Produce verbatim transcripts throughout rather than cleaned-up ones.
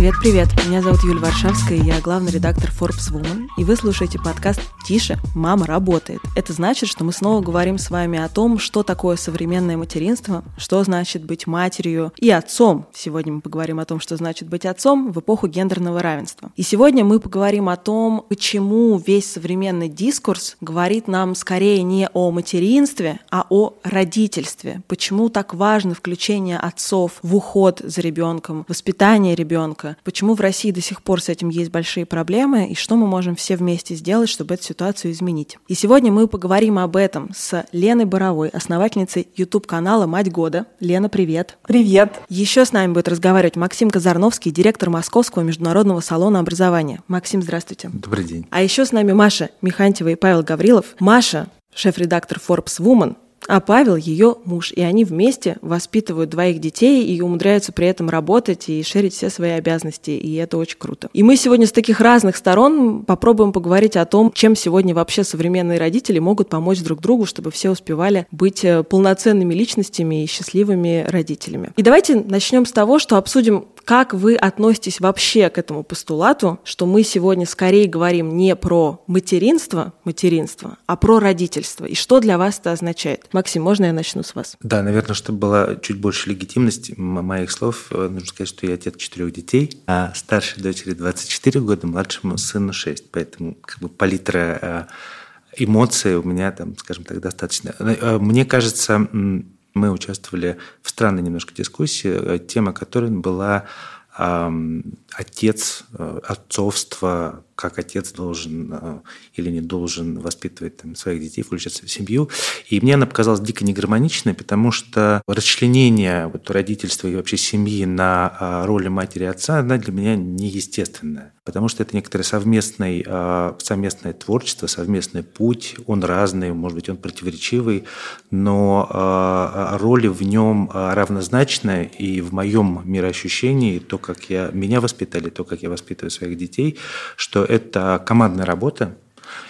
Привет-привет, меня зовут Юлия Варшавская, я главный редактор Forbes Woman, и вы слушаете подкаст «Тише, мама работает». Это значит, что мы снова говорим с вами о том, что такое современное материнство, что значит быть матерью и отцом. Сегодня мы поговорим о том, что значит быть отцом в эпоху гендерного равенства. И сегодня мы поговорим о том, почему весь современный дискурс говорит нам скорее не о материнстве, а о родительстве. Почему так важно включение отцов в уход за ребенком, воспитание ребенка, почему в России до сих пор с этим есть большие проблемы и что мы можем все вместе сделать, чтобы эту ситуацию изменить. И сегодня мы поговорим об этом с Леной Боровой, основательницей YouTube-канала «Мать года». Лена, привет. Привет. Еще с нами будет разговаривать Максим Казарновский, директор Московского международного салона образования. Максим, здравствуйте. Добрый день. А еще с нами Маша Михантьева и Павел Гаврилов. Маша — шеф-редактор Forbes Woman, а Павел — ее муж, и они вместе воспитывают двоих детей и умудряются при этом работать и шерить все свои обязанности, и это очень круто. И мы сегодня с таких разных сторон попробуем поговорить о том, чем сегодня вообще современные родители могут помочь друг другу, чтобы все успевали быть полноценными личностями и счастливыми родителями. И давайте начнем с того, что обсудим, как вы относитесь вообще к этому постулату, что мы сегодня скорее говорим не про материнство, материнство, а про родительство, и что для вас это означает? Максим, можно я начну с вас? Да, наверное, чтобы была чуть больше легитимности моих слов, нужно сказать, что я отец четырех детей, а старшей дочери двадцать четыре года, младшему сыну шесть, поэтому как бы палитра эмоций у меня там, скажем так, достаточно. Мне кажется, мы участвовали в странной немножко дискуссии, тема которой была э, отец, э, отцовство, как отец должен э, или не должен воспитывать там, своих детей, включаться в семью. И мне она показалась дико негармоничной, потому что расчленение вот, родительства и вообще семьи на э, роли матери и отца, она для меня неестественная. Потому что это некоторое совместное, э, совместное творчество, совместный путь. Он разный, может быть, он противоречивый, но э, роли в нем равнозначны. И в моем мироощущении, то, как я, меня воспитали, то, как я воспитываю своих детей, что это командная работа,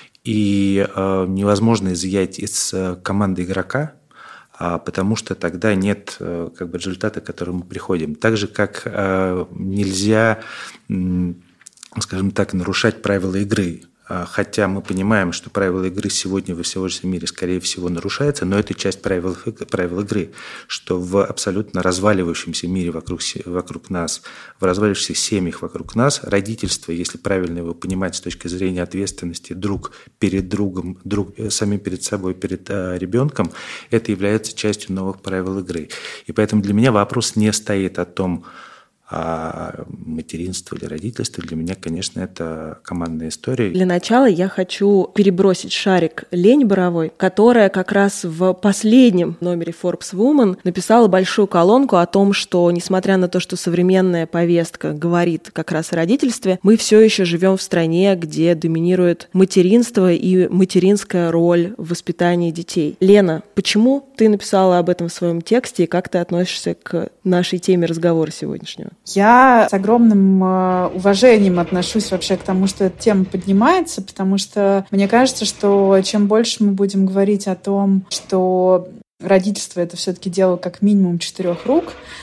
и э, невозможно изъять из команды игрока, а, потому что тогда нет э, как бы, результата, к которому мы приходим. Так же, как э, нельзя, э, скажем так, нарушать правила игры. Хотя мы понимаем, что правила игры сегодня во всеобщем мире, скорее всего, нарушаются, но это часть правил, правил игры, что в абсолютно разваливающемся мире вокруг, вокруг нас, в разваливающихся семьях вокруг нас, родительство, если правильно его понимать с точки зрения ответственности друг перед другом, друг, самим перед собой, перед а, ребенком, это является частью новых правил игры. И поэтому для меня вопрос не стоит о том, а материнство или родительство для меня, конечно, это командная история. Для начала я хочу перебросить шарик Лене Боровой, которая как раз в последнем номере Forbes Woman написала большую колонку о том, что, несмотря на то, что современная повестка говорит как раз о родительстве, мы все еще живем в стране, где доминирует материнство и материнская роль в воспитании детей. Лена, почему ты написала об этом в своем тексте и как ты относишься к нашей теме разговора сегодняшнего? Я с огромным э, уважением отношусь вообще к тому, что эта тема поднимается, потому что мне кажется, что чем больше мы будем говорить о том, что родительство — это все-таки дело как минимум четырех рук,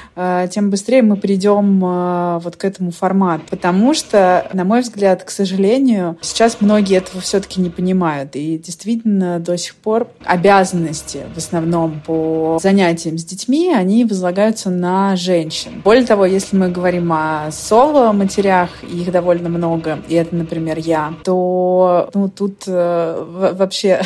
тем быстрее мы придем вот к этому формату. Потому что, на мой взгляд, к сожалению, сейчас многие этого все-таки не понимают. И действительно до сих пор обязанности в основном по занятиям с детьми, они возлагаются на женщин. Более того, если мы говорим о соло-матерях, их довольно много, и это, например, я, то ну, тут э, вообще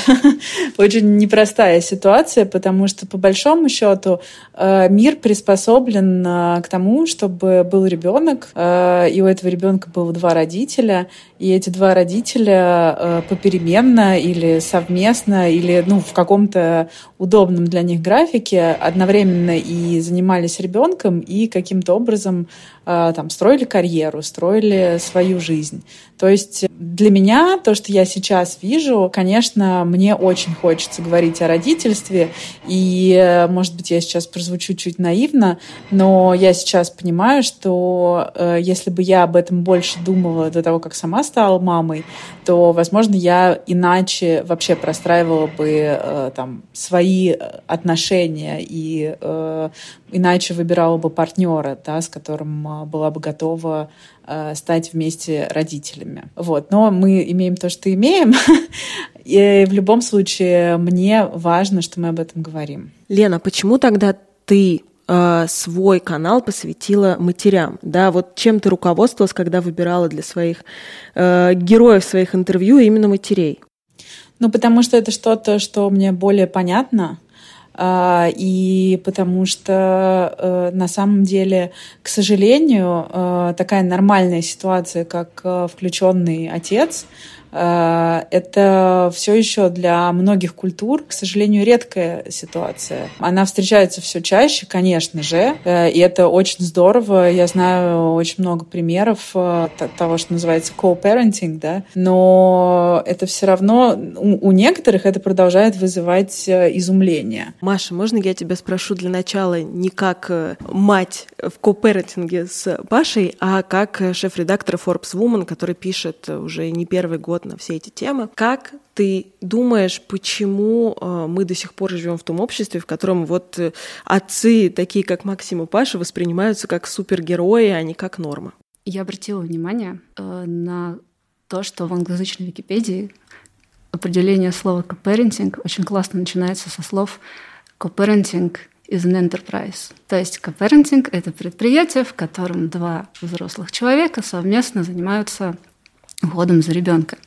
очень непростая ситуация, потому что, по большому счету, э, мир приспособлен к тому, чтобы был ребенок, и у этого ребенка было два родителя, и эти два родителя попеременно или совместно, или ну, в каком-то удобном для них графике одновременно и занимались ребенком, и каким-то образом там, строили карьеру, строили свою жизнь. То есть для меня то, что я сейчас вижу, конечно, мне очень хочется говорить о родительстве, и, может быть, я сейчас прозвучу чуть наивно, но я сейчас понимаю, что э, если бы я об этом больше думала до того, как сама стала мамой, то, возможно, я иначе вообще простраивала бы э, там, свои отношения и э, иначе выбирала бы партнера, да, с которым была бы готова э, стать вместе родителями. Вот. Но мы имеем то, что имеем. И в любом случае мне важно, что мы об этом говорим. Лена, почему тогда ты э, свой канал посвятила матерям? Да, вот чем ты руководствовалась, когда выбирала для своих э, героев своих интервью именно матерей? Ну, потому что это что-то, что мне более понятно, э, и потому что э, на самом деле, к сожалению, э, такая нормальная ситуация, как э, включенный отец, это все еще для многих культур, к сожалению, редкая ситуация. Она встречается все чаще, конечно же, и это очень здорово. Я знаю очень много примеров того, что называется co-parenting, да, но это все равно у некоторых это продолжает вызывать изумление. Маша, можно я тебя спрошу для начала не как мать в co-parenting с Пашей, а как шеф-редактор Forbes Woman, который пишет уже не первый год на все эти темы. Как ты думаешь, почему мы до сих пор живем в том обществе, в котором вот отцы, такие как Максим и Паша, воспринимаются как супергерои, а не как норма? Я обратила внимание э, на то, что в англоязычной Википедии определение слова co-parenting очень классно начинается со слов co-parenting is an enterprise. То есть co-parenting — это предприятие, в котором два взрослых человека совместно занимаются уходом за ребенком.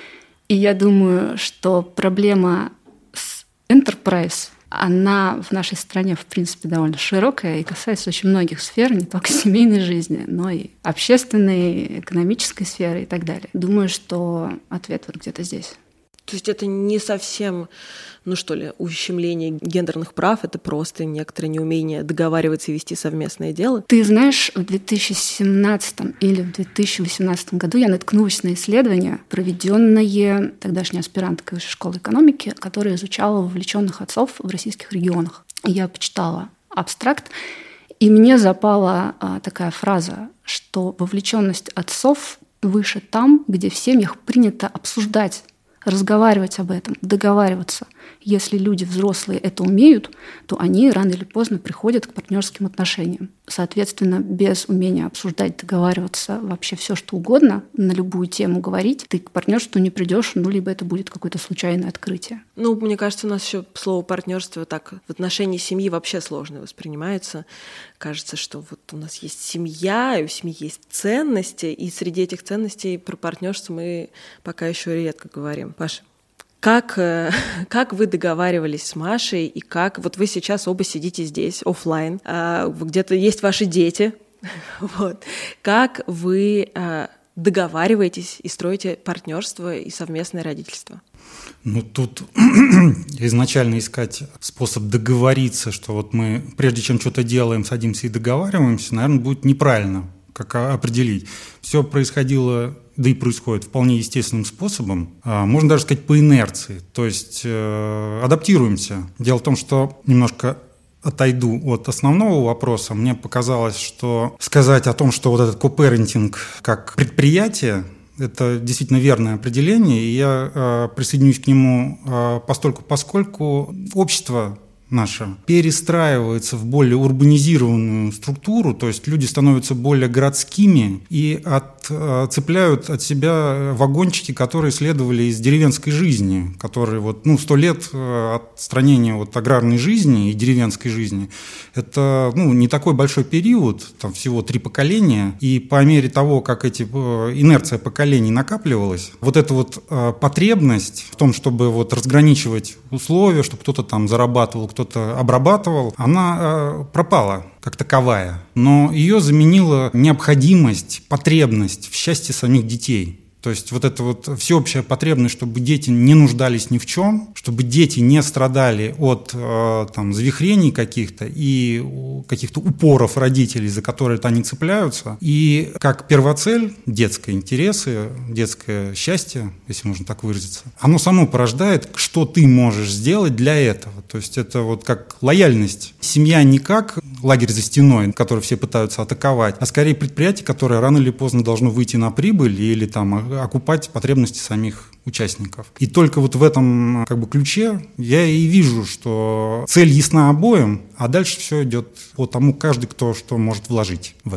И я думаю, что проблема с enterprise, она в нашей стране, в принципе, довольно широкая и касается очень многих сфер, не только семейной жизни, но и общественной, экономической сферы и так далее. Думаю, что ответ вот где-то здесь. То есть это не совсем, ну что ли, ущемление гендерных прав, это просто некоторое неумение договариваться и вести совместное дело? Ты знаешь, в две тысячи семнадцатом или в две тысячи восемнадцатом году я наткнулась на исследование, проведенное тогдашней аспиранткой Высшей школы экономики, которая изучала вовлеченных отцов в российских регионах. Я почитала абстракт, и мне запала а, такая фраза, что вовлеченность отцов выше там, где в семьях принято обсуждать, разговаривать об этом, договариваться. Если люди взрослые это умеют, то они рано или поздно приходят к партнерским отношениям. Соответственно, без умения обсуждать, договариваться, вообще все что угодно, на любую тему говорить, ты к партнерству не придешь, ну, либо это будет какое-то случайное открытие. Ну, мне кажется, у нас еще слово партнерство так в отношении семьи вообще сложно воспринимается. Кажется, что вот у нас есть семья, и у семьи есть ценности, и среди этих ценностей про партнерство мы пока еще редко говорим. Паша, как, как вы договаривались с Машей, и как вот вы сейчас оба сидите здесь офлайн, где-то есть ваши дети, вот. Как вы договариваетесь и строите партнерство и совместное родительство? Ну, тут изначально искать способ договориться, что вот мы, прежде чем что-то делаем, садимся и договариваемся, наверное, будет неправильно, как определить. Все происходило, да и происходит вполне естественным способом, можно даже сказать по инерции, то есть э, адаптируемся. Дело в том, что немножко отойду от основного вопроса, мне показалось, что сказать о том, что вот этот co-parenting как предприятие, это действительно верное определение, и я э, присоединюсь к нему э, постольку, поскольку общество наше перестраивается в более урбанизированную структуру, то есть люди становятся более городскими и отцепляют от себя вагончики, которые следовали из деревенской жизни, которые вот, ну, сто лет отстранения от аграрной жизни и деревенской жизни. Это, ну, не такой большой период, там всего три поколения, и по мере того, как эти, инерция поколений накапливалась, вот эта вот потребность в том, чтобы вот разграничивать условия, чтобы кто-то там зарабатывал, кто-то обрабатывал, она э, пропала как таковая. Но ее заменила необходимость, потребность в счастье самих детей. То есть вот эта вот всеобщая потребность, чтобы дети не нуждались ни в чем, чтобы дети не страдали от э, там, завихрений каких-то и каких-то упоров родителей, за которые они цепляются. И как первоцель детские интересы, детское счастье, если можно так выразиться, оно само порождает, что ты можешь сделать для этого. То есть это вот как лояльность. Семья не как лагерь за стеной, который все пытаются атаковать, а скорее предприятие, которое рано или поздно должно выйти на прибыль или там окупать потребности самих участников. И только вот в этом как бы ключе я и вижу, что цель ясна обоим, а дальше все идет по тому, каждый кто что может вложить в это.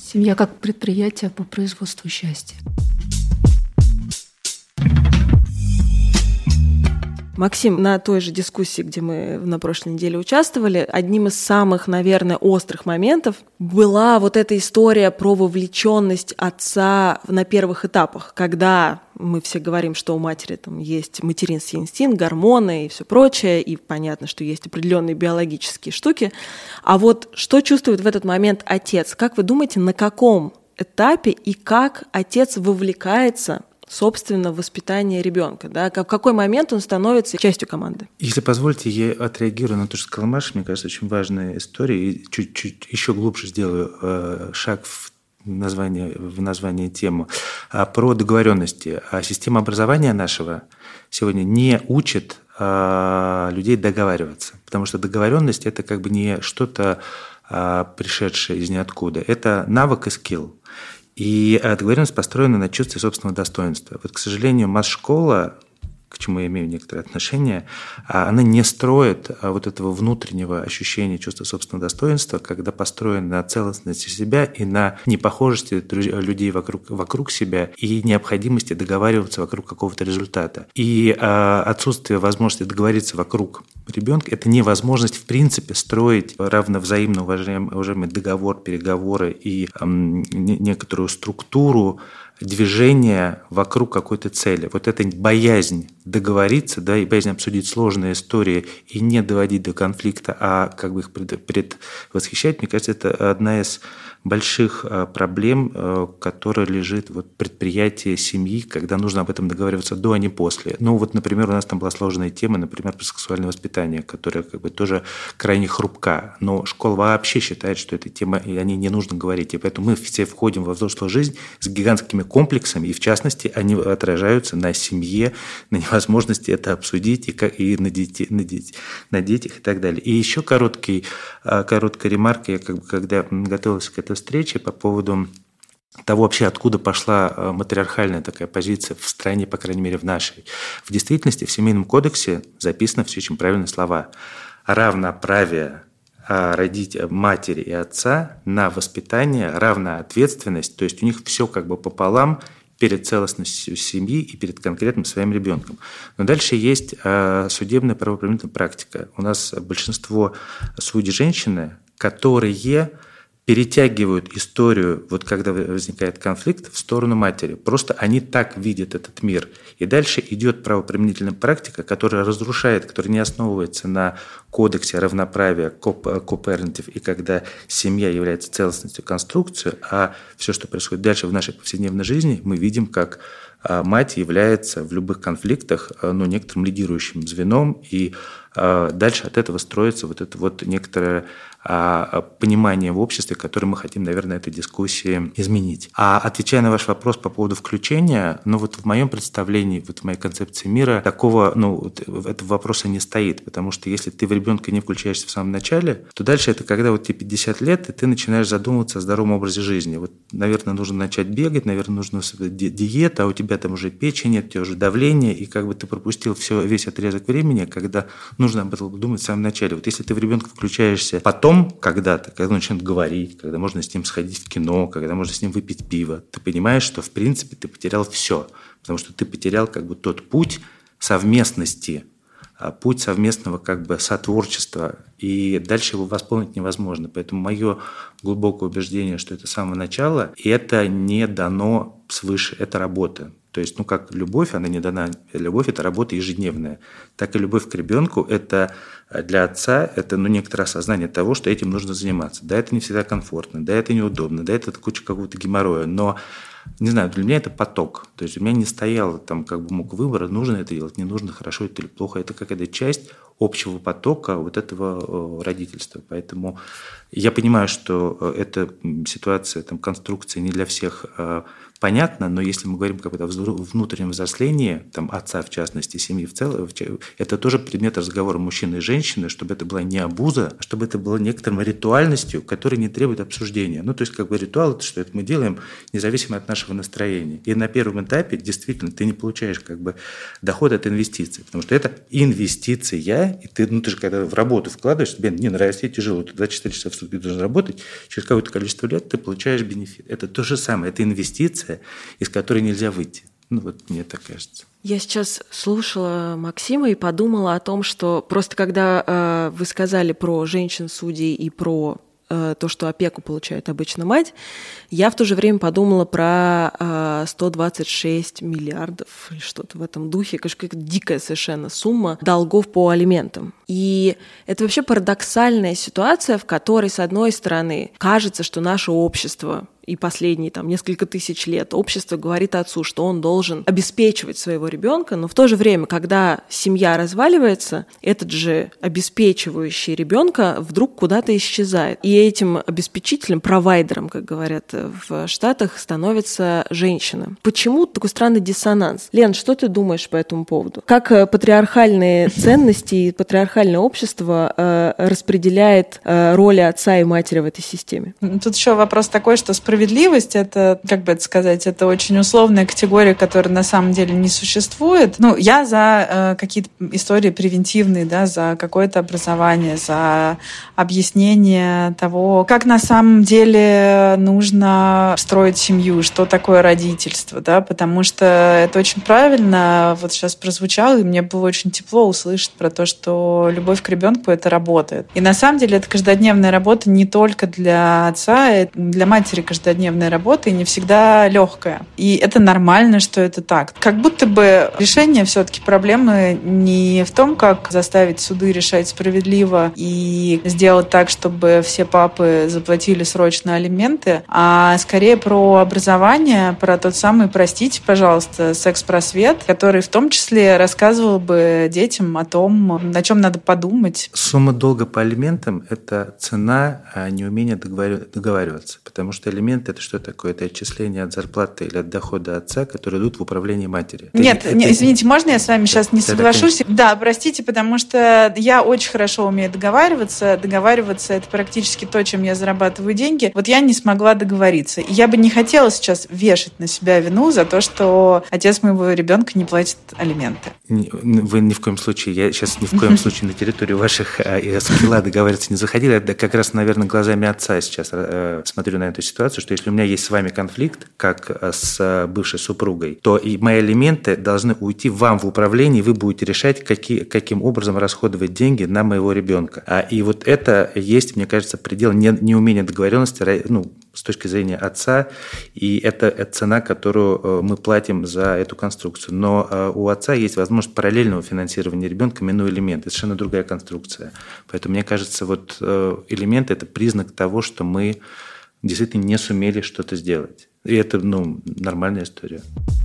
Семья как предприятие по производству счастья. Максим, на той же дискуссии, где мы на прошлой неделе участвовали, одним из самых, наверное, острых моментов была вот эта история про вовлеченность отца на первых этапах, когда мы все говорим, что у матери там есть материнский инстинкт, гормоны и все прочее, и понятно, что есть определенные биологические штуки. А вот что чувствует в этот момент отец? Как вы думаете, на каком этапе и как отец вовлекается собственно, воспитание ребенка, да, в какой момент он становится частью команды? Если позволите, я отреагирую на то, что сказал Маша, мне кажется, очень важная история, и чуть-чуть еще глубже сделаю э, шаг в название, в название темы, а, про договоренности. А система образования нашего сегодня не учит а, людей договариваться, потому что договоренность – это как бы не что-то а, пришедшее из ниоткуда, это навык и скилл. И договоренность построена на чувстве собственного достоинства. Вот, к сожалению, масс-школа, к чему я имею некоторое отношение, она не строит вот этого внутреннего ощущения чувства собственного достоинства, когда построена на целостности себя и на непохожести людей вокруг, вокруг себя и необходимости договариваться вокруг какого-то результата. И отсутствие возможности договориться вокруг ребенка – это невозможность, в принципе, строить равновзаимно уважаемый договор, переговоры и некоторую структуру движение вокруг какой-то цели. Вот эта боязнь договориться, да, и боязнь обсудить сложные истории и не доводить до конфликта, а как бы их предвосхищать, мне кажется, это одна из больших проблем, которая лежит в предприятии семьи, когда нужно об этом договариваться до, а не после. Ну вот, например, у нас там была сложная тема, например, про сексуальное воспитание, которая как бы тоже крайне хрупка, но школа вообще считает, что эта тема, и о ней не нужно говорить, и поэтому мы все входим во взрослую жизнь с гигантскими комплексами, и в частности они отражаются на семье, на невозможности это обсудить и, как, и на, дети, на, дети, на детях и так далее. И еще короткий, короткая ремарка, я как бы, когда готовился к этой встрече по поводу того вообще, откуда пошла матриархальная такая позиция в стране, по крайней мере в нашей. В действительности в Семейном кодексе записано все очень правильные слова. Равноправие родить матери и отца на воспитание, равная ответственность, то есть у них все как бы пополам перед целостностью семьи и перед конкретным своим ребенком. Но дальше есть судебная правоприменительная практика. У нас большинство судей женщины, которые перетягивают историю, вот когда возникает конфликт, в сторону матери. Просто они так видят этот мир. И дальше идет правоприменительная практика, которая разрушает, которая не основывается на кодексе равноправия, ко-парентив, и когда семья является целостностью конструкции, а все, что происходит дальше в нашей повседневной жизни, мы видим, как мать является в любых конфликтах, ну, некоторым лидирующим звеном, и дальше от этого строится вот это вот некоторое понимание в обществе, которое мы хотим, наверное, этой дискуссии изменить. А отвечая на ваш вопрос по поводу включения, ну вот в моем представлении, вот в моей концепции мира, такого, ну, этого вопроса не стоит, потому что если ты в ребенка не включаешься в самом начале, то дальше это когда вот тебе пятьдесят лет, и ты начинаешь задумываться о здоровом образе жизни. Вот, наверное, нужно начать бегать, наверное, нужна ди- диета, а у тебя там уже печень нет, у тебя уже давление, и как бы ты пропустил все, весь отрезок времени, когда нужно об этом думать в самом начале. Вот если ты в ребенка включаешься потом, когда-то, когда он начнет говорить, когда можно с ним сходить в кино, когда можно с ним выпить пиво, ты понимаешь, что в принципе ты потерял все, потому что ты потерял как бы тот путь совместности, путь совместного как бы сотворчества, и дальше его восполнить невозможно. Поэтому мое глубокое убеждение, что это с самого начала, и это не дано свыше, это работа. То есть, ну, как любовь, она не дана. Любовь – это работа ежедневная. Так и любовь к ребенку – это для отца, это, ну, некоторое осознание того, что этим нужно заниматься. Да, это не всегда комфортно, да, это неудобно, да, это куча какого-то геморроя, но, не знаю, для меня это поток. То есть у меня не стояло там как бы мук выбора, нужно это делать, не нужно, хорошо это или плохо. Это какая-то часть общего потока вот этого родительства. Поэтому я понимаю, что эта ситуация, там, конструкция не для всех понятно, но если мы говорим как бы о внутреннем взрослении, там, отца в частности, семьи в целом, это тоже предмет разговора мужчины и женщины, женщины, чтобы это была не абуза, а чтобы это было некоторым ритуальностью, которая не требует обсуждения. Ну, то есть, как бы ритуал – это что? Это мы делаем независимо от нашего настроения. И на первом этапе, действительно, ты не получаешь как бы доход от инвестиций, потому что это инвестиция, и ты, ну, ты же когда в работу вкладываешь, тебе не нравится, тебе тяжело, ты двадцать четыре часа в сутки должен работать, через какое-то количество лет ты получаешь бенефит. Это то же самое, это инвестиция, из которой нельзя выйти. Ну, вот мне так кажется. Я сейчас слушала Максима и подумала о том, что просто когда э, вы сказали про женщин-судей и про э, то, что опеку получает обычно мать, я в то же время подумала про э, сто двадцать шесть миллиардов или что-то в этом духе, конечно, какая-то дикая совершенно сумма долгов по алиментам. И это вообще парадоксальная ситуация, в которой, с одной стороны, кажется, что наше общество и последние там, несколько тысяч лет общество говорит отцу, что он должен обеспечивать своего ребенка, но в то же время, когда семья разваливается, этот же обеспечивающий ребенка вдруг куда-то исчезает. И этим обеспечителем, провайдером, как говорят в Штатах, становится женщина. Почему такой странный диссонанс? Лен, что ты думаешь по этому поводу? Как патриархальные ценности и патриархальное общество э, распределяет э, роли отца и матери в этой системе? Тут еще вопрос такой, что справедливость Справедливость — это, как бы это сказать, это очень условная категория, которая на самом деле не существует. Ну, я за э, какие-то истории превентивные, да, за какое-то образование, за объяснение того, как на самом деле нужно строить семью, что такое родительство, да, потому что это очень правильно вот сейчас прозвучало, и мне было очень тепло услышать про то, что любовь к ребенку — это работает. И на самом деле это каждодневная работа не только для отца, для матери каждодневная каждодневная работа и не всегда легкая. И это нормально, что это так. Как будто бы решение все-таки проблемы не в том, как заставить суды решать справедливо и сделать так, чтобы все папы заплатили срочно алименты, а скорее про образование, про тот самый, простите, пожалуйста, секс-просвет, который в том числе рассказывал бы детям о том, о чем надо подумать. Сумма долга по алиментам – это цена неумения договариваться, потому что алименты – это что такое? Это отчисление от зарплаты или от дохода отца, которые идут в управление матери. Нет, это, не, это, извините, можно я с вами сейчас не это, соглашусь? это, да, простите, потому что я очень хорошо умею договариваться. Договариваться – это практически то, чем я зарабатываю деньги. Вот я не смогла договориться. И я бы не хотела сейчас вешать на себя вину за то, что отец моего ребенка не платит алименты. Вы ни в коем случае, я сейчас ни в коем случае на территорию ваших скилла договариваться не заходили. Я как раз, наверное, глазами отца сейчас смотрю на эту ситуацию, что если у меня есть с вами конфликт, как с бывшей супругой, то и мои алименты должны уйти вам в управление, и вы будете решать, какие, каким образом расходовать деньги на моего ребенка. И вот это есть, мне кажется, предел неумения договоренности, ну, с точки зрения отца, и это цена, которую мы платим за эту конструкцию. Но у отца есть возможность параллельного финансирования ребенка, минуя элементы. Это совершенно другая конструкция. Поэтому, мне кажется, вот элемент – это признак того, что мы действительно не сумели что-то сделать. И это, ну, нормальная история.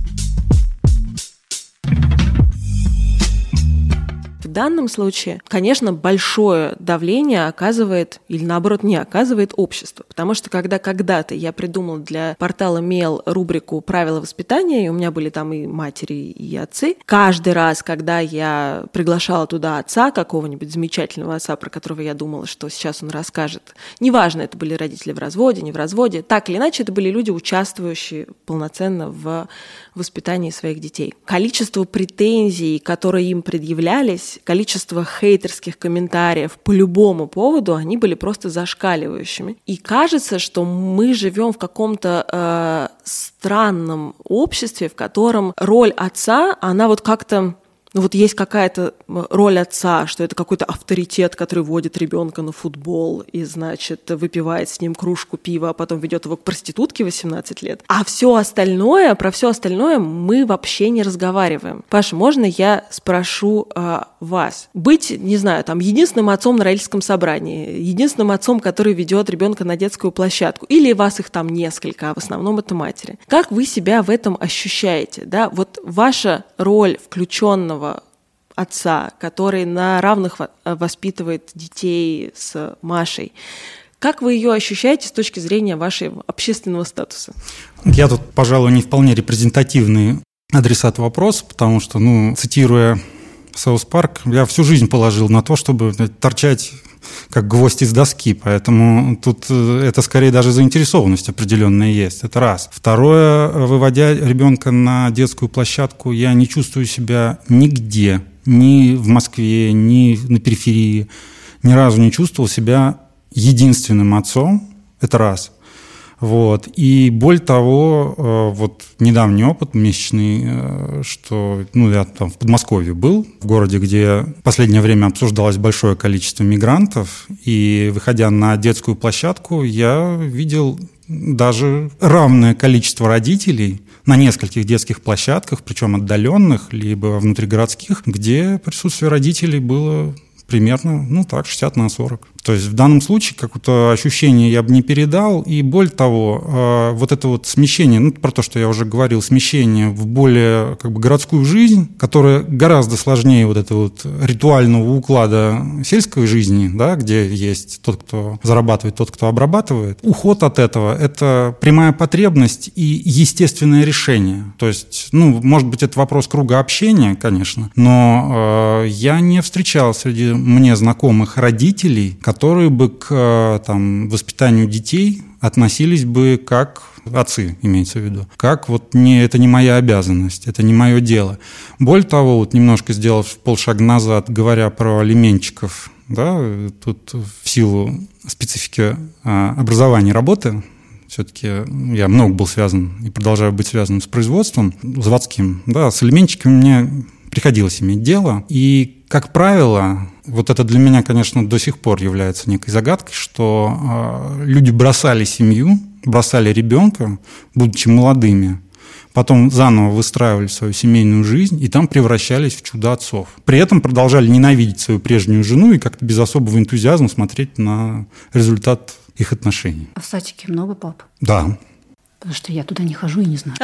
В данном случае, конечно, большое давление оказывает, или наоборот не оказывает, общество. Потому что когда когда-то я придумала для портала Мел рубрику «Правила воспитания», и у меня были там и матери, и отцы, каждый раз, когда я приглашала туда отца, какого-нибудь замечательного отца, про которого я думала, что сейчас он расскажет, неважно, это были родители в разводе, не в разводе, так или иначе, это были люди, участвующие полноценно в воспитании своих детей. Количество претензий, которые им предъявлялись, количество хейтерских комментариев по любому поводу, они были просто зашкаливающими. И кажется, что мы живем в каком-то э, странном обществе, в котором роль отца, она вот как-то... Ну вот есть какая-то роль отца, что это какой-то авторитет, который водит ребенка на футбол и, значит, выпивает с ним кружку пива, а потом ведет его к проститутке восемнадцать лет. А все остальное, про все остальное мы вообще не разговариваем. Паша, можно я спрошу э, вас? Быть, не знаю, там, единственным отцом на родительском собрании, единственным отцом, который ведет ребенка на детскую площадку, или вас их там несколько, а в основном это матери. Как вы себя в этом ощущаете? Да? Вот ваша роль включенного отца, который на равных воспитывает детей с Машей. Как вы ее ощущаете с точки зрения вашего общественного статуса? Я тут, пожалуй, не вполне репрезентативный адресат вопроса, потому что, ну, цитируя Саус Парк я всю жизнь положил на то, чтобы торчать как гвоздь из доски, поэтому тут это скорее даже заинтересованность определенная есть, это раз. Второе, выводя ребенка на детскую площадку, я не чувствую себя нигде, ни в Москве, ни на периферии, ни разу не чувствовал себя единственным отцом, это раз. Вот. И более того, вот недавний опыт месячный, что ну, я там в Подмосковье был, в городе, где в последнее время обсуждалось большое количество мигрантов, и выходя на детскую площадку, я видел даже равное количество родителей на нескольких детских площадках, причем отдаленных, либо внутригородских, где присутствие родителей было примерно, ну так, шестьдесят на сорок. То есть в данном случае какое-то ощущение я бы не передал. И более того, вот это вот смещение, ну про то, что я уже говорил, смещение в более как бы городскую жизнь, которая гораздо сложнее вот этого вот ритуального уклада сельской жизни, да, где есть тот, кто зарабатывает, тот, кто обрабатывает. Уход от этого – это прямая потребность и естественное решение. То есть, ну, может быть, это вопрос круга общения, конечно, но э, я не встречал среди мне знакомых родителей, которые бы к там, воспитанию детей относились бы как отцы, имеется в виду. Как вот не, это не моя обязанность, это не мое дело. Более того, вот немножко сделав полшага назад, говоря про алиментчиков, да, тут в силу специфики образования и работы, все-таки я много был связан и продолжаю быть связанным с производством заводским, да, с алиментчиками мне приходилось иметь дело. И, как правило, вот это для меня, конечно, до сих пор является некой загадкой, что э, люди бросали семью, бросали ребенка, будучи молодыми, потом заново выстраивали свою семейную жизнь и там превращались в чудо-отцов. При этом продолжали ненавидеть свою прежнюю жену и как-то без особого энтузиазма смотреть на результат их отношений. А в садике много пап? Да. Потому что я туда не хожу и не знаю.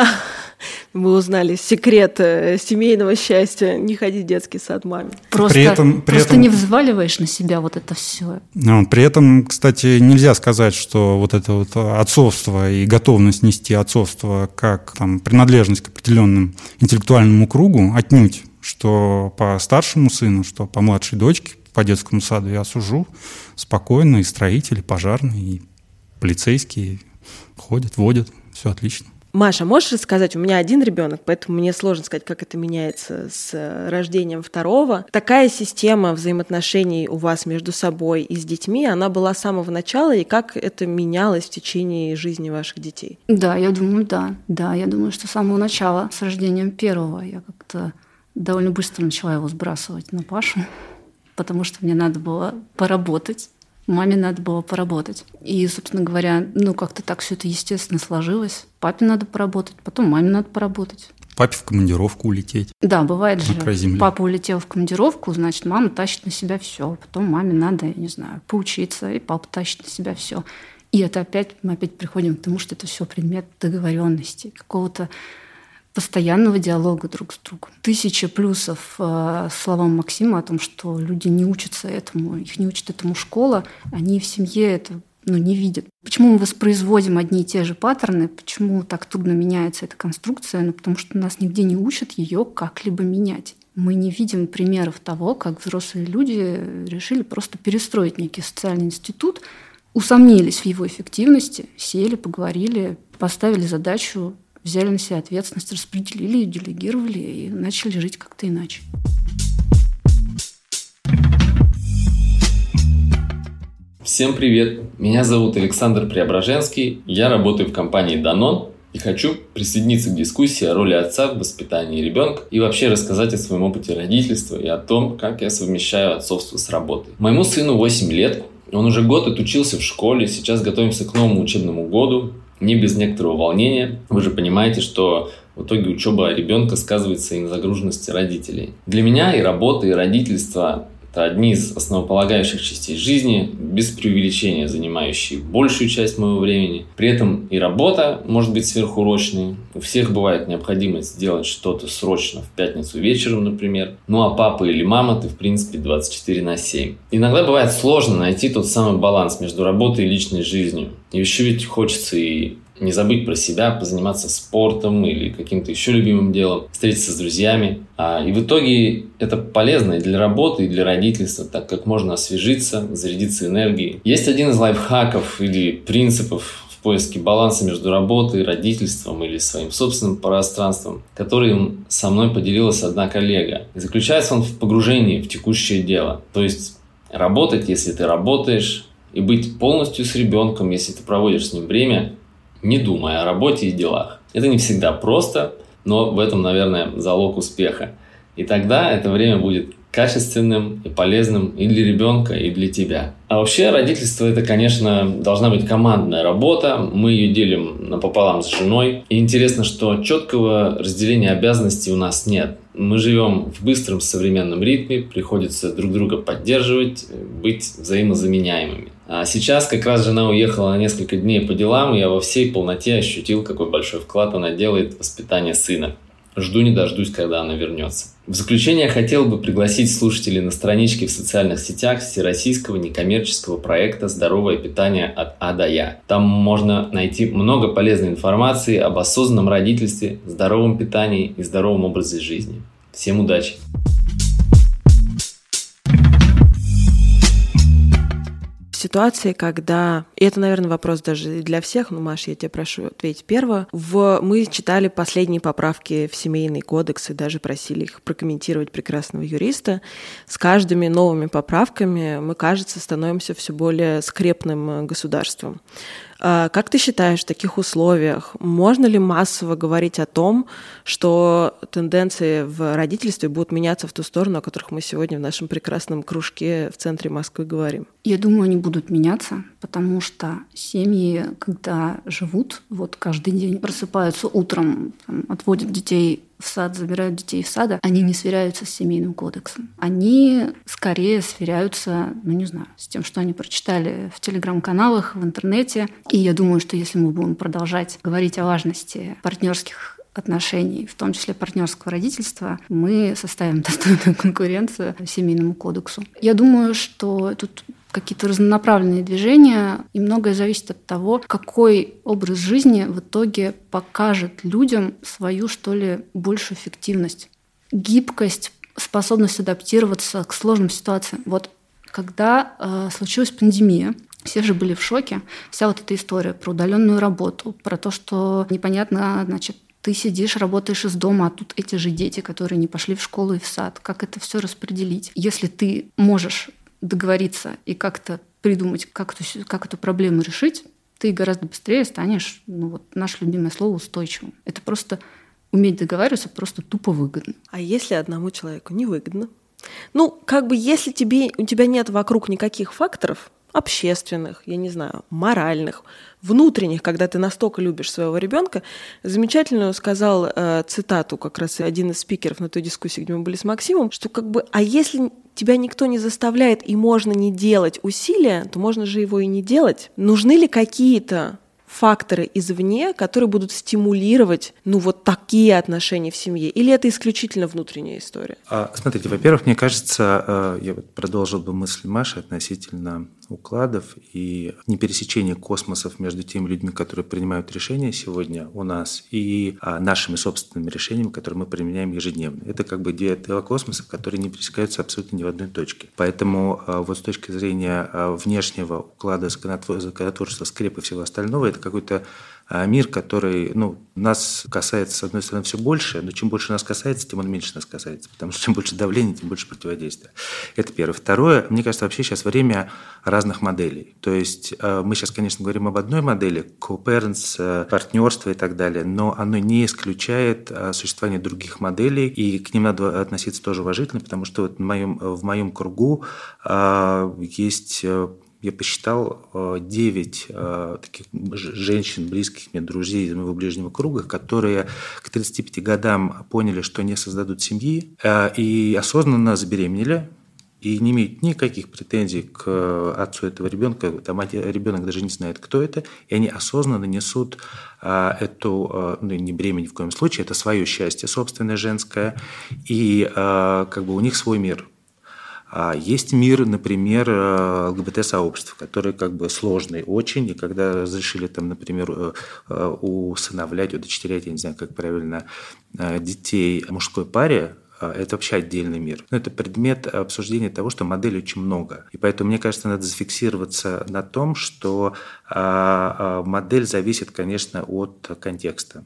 Мы узнали секрет семейного счастья: не ходить в детский сад маме. Просто, при этом, при просто этом, не взваливаешь на себя вот это все. Ну, при этом, кстати, нельзя сказать, что вот это вот отцовство и готовность нести отцовство как там, принадлежность к определенному интеллектуальному кругу отнюдь, что по старшему сыну, что по младшей дочке по детскому саду я сужу спокойно, и строители, и пожарные, и полицейские ходят, водят, все отлично. Маша, можешь рассказать? У меня один ребенок, поэтому мне сложно сказать, как это меняется с рождением второго. Такая система взаимоотношений у вас между собой и с детьми, она была с самого начала, и как это менялось в течение жизни ваших детей? Да, я думаю, да. Да, я думаю, что с самого начала, с рождением первого, я как-то довольно быстро начала его сбрасывать на Пашу, потому что мне надо было поработать. Маме надо было поработать. И, собственно говоря, ну как-то так все это естественно сложилось. Папе надо поработать, потом маме надо поработать. Папе в командировку улететь. Да, бывает же. Папа улетел в командировку, значит, мама тащит на себя все. Потом маме надо, я не знаю, поучиться, и папа тащит на себя все. И это опять, мы опять приходим к тому, что это все предмет договоренности, какого-то постоянного диалога друг с другом. Тысяча плюсов э, словам Максима о том, что люди не учатся этому, их не учат этому школа, они в семье это ну, не видят. Почему мы воспроизводим одни и те же паттерны, почему так трудно меняется эта конструкция? Ну, потому что нас нигде не учат ее как-либо менять. Мы не видим примеров того, как взрослые люди решили просто перестроить некий социальный институт, усомнились в его эффективности, сели, поговорили, поставили задачу, взяли на себя ответственность, распределили, делегировали и начали жить как-то иначе. Всем привет! Меня зовут Александр Преображенский, я работаю в компании Danone и хочу присоединиться к дискуссии о роли отца в воспитании ребенка и вообще рассказать о своем опыте родительства и о том, как я совмещаю отцовство с работой. Моему сыну восемь лет, он уже год отучился в школе, сейчас готовимся к новому учебному году. Не без некоторого волнения. Вы же понимаете, что в итоге учеба ребенка сказывается и на загруженности родителей. Для меня и работа, и родительство – это одни из основополагающих частей жизни, без преувеличения занимающие большую часть моего времени. При этом и работа может быть сверхурочной. У всех бывает необходимость сделать что-то срочно в пятницу вечером, например. Ну а папа или мама ты, в принципе, двадцать четыре на семь. Иногда бывает сложно найти тот самый баланс между работой и личной жизнью. И еще ведь хочется и не забыть про себя, позаниматься спортом или каким-то еще любимым делом, встретиться с друзьями. И в итоге это полезно и для работы, и для родительства, так как можно освежиться, зарядиться энергией. Есть один из лайфхаков или принципов в поиске баланса между работой, родительством или своим собственным пространством, который со мной поделилась одна коллега. И заключается он в погружении в текущее дело. То есть работать, если ты работаешь, и быть полностью с ребенком, если ты проводишь с ним время, не думая о работе и делах. Это не всегда просто, но в этом, наверное, залог успеха. И тогда это время будет качественным и полезным и для ребенка, и для тебя. А вообще родительство — это, конечно, должна быть командная работа. Мы ее делим напополам с женой. И интересно, что четкого разделения обязанностей у нас нет. Мы живем в быстром современном ритме, приходится друг друга поддерживать, быть взаимозаменяемыми. А сейчас как раз жена уехала на несколько дней по делам, и я во всей полноте ощутил, какой большой вклад она делает в воспитание сына. Жду не дождусь, когда она вернется. В заключение я хотел бы пригласить слушателей на страничке в социальных сетях всероссийского некоммерческого проекта «Здоровое питание от А до Я». Там можно найти много полезной информации об осознанном родительстве, здоровом питании и здоровом образе жизни. Всем удачи! В ситуации, когда, и это, наверное, вопрос даже для всех, ну, Маша, я тебя прошу ответить первое, в... мы читали последние поправки в Семейный кодекс и даже просили их прокомментировать прекрасного юриста. С каждыми новыми поправками мы, кажется, становимся все более скрепным государством. Как ты считаешь, в таких условиях можно ли массово говорить о том, что тенденции в родительстве будут меняться в ту сторону, о которых мы сегодня в нашем прекрасном кружке в центре Москвы говорим? Я думаю, они будут меняться, потому что семьи, когда живут, вот каждый день просыпаются утром, там, отводят детей в сад, забирают детей из сада, они не сверяются с Семейным кодексом. Они скорее сверяются, ну не знаю, с тем, что они прочитали в телеграм-каналах, в интернете. И я думаю, что если мы будем продолжать говорить о важности партнерских отношений, в том числе партнерского родительства, мы составим достойную конкуренцию Семейному кодексу. Я думаю, что тут какие-то разнонаправленные движения, и многое зависит от того, какой образ жизни в итоге покажет людям свою, что ли, большую эффективность, гибкость, способность адаптироваться к сложным ситуациям. Вот когда э, случилась пандемия, все же были в шоке. Вся вот эта история про удаленную работу, про то, что непонятно, значит, ты сидишь, работаешь из дома, а тут эти же дети, которые не пошли в школу и в сад. Как это все распределить? Если ты можешь договориться и как-то придумать, как эту, как эту проблему решить, ты гораздо быстрее станешь, ну вот наше любимое слово, устойчивым. Это просто уметь договариваться просто тупо выгодно. А если одному человеку невыгодно? Ну, как бы если тебе, у тебя нет вокруг никаких факторов общественных, я не знаю, моральных, внутренних, когда ты настолько любишь своего ребенка. Замечательно сказал э, цитату как раз один из спикеров на той дискуссии, где мы были с Максимом, что как бы, а если тебя никто не заставляет и можно не делать усилия, то можно же его и не делать. Нужны ли какие-то факторы извне, которые будут стимулировать, ну, вот такие отношения в семье? Или это исключительно внутренняя история? А, смотрите, во-первых, мне кажется, я вот продолжил бы мысль Маши относительно укладов и непересечения космосов между теми людьми, которые принимают решения сегодня у нас, и нашими собственными решениями, которые мы применяем ежедневно. Это как бы две тела космоса, которые не пересекаются абсолютно ни в одной точке. Поэтому вот с точки зрения внешнего уклада законотворчества, скреп и всего остального, это какой-то мир, который, ну, нас касается, с одной стороны, все больше, но чем больше нас касается, тем он меньше нас касается, потому что чем больше давления, тем больше противодействия. Это первое. Второе, мне кажется, вообще сейчас время разных моделей. То есть мы сейчас, конечно, говорим об одной модели, co-parents, партнерство и так далее, но оно не исключает существование других моделей, и к ним надо относиться тоже уважительно, потому что вот в моем, в моем кругу есть... Я посчитал девять таких женщин, близких мне, друзей из моего ближнего круга, которые к тридцати пяти годам поняли, что не создадут семьи, и осознанно забеременели, и не имеют никаких претензий к отцу этого ребенка. Там ребенок даже не знает, кто это, и они осознанно несут эту, ну, не бремя ни в коем случае, это свое счастье собственное женское, и как бы у них свой мир. А есть мир, например, ЛГБТ-сообществ, которые как бы сложные очень, и когда разрешили там, например, усыновлять, удочерять, я не знаю, как правильно, детей в мужской паре, это вообще отдельный мир. Но это предмет обсуждения того, что моделей очень много. И поэтому, мне кажется, надо зафиксироваться на том, что модель зависит, конечно, от контекста.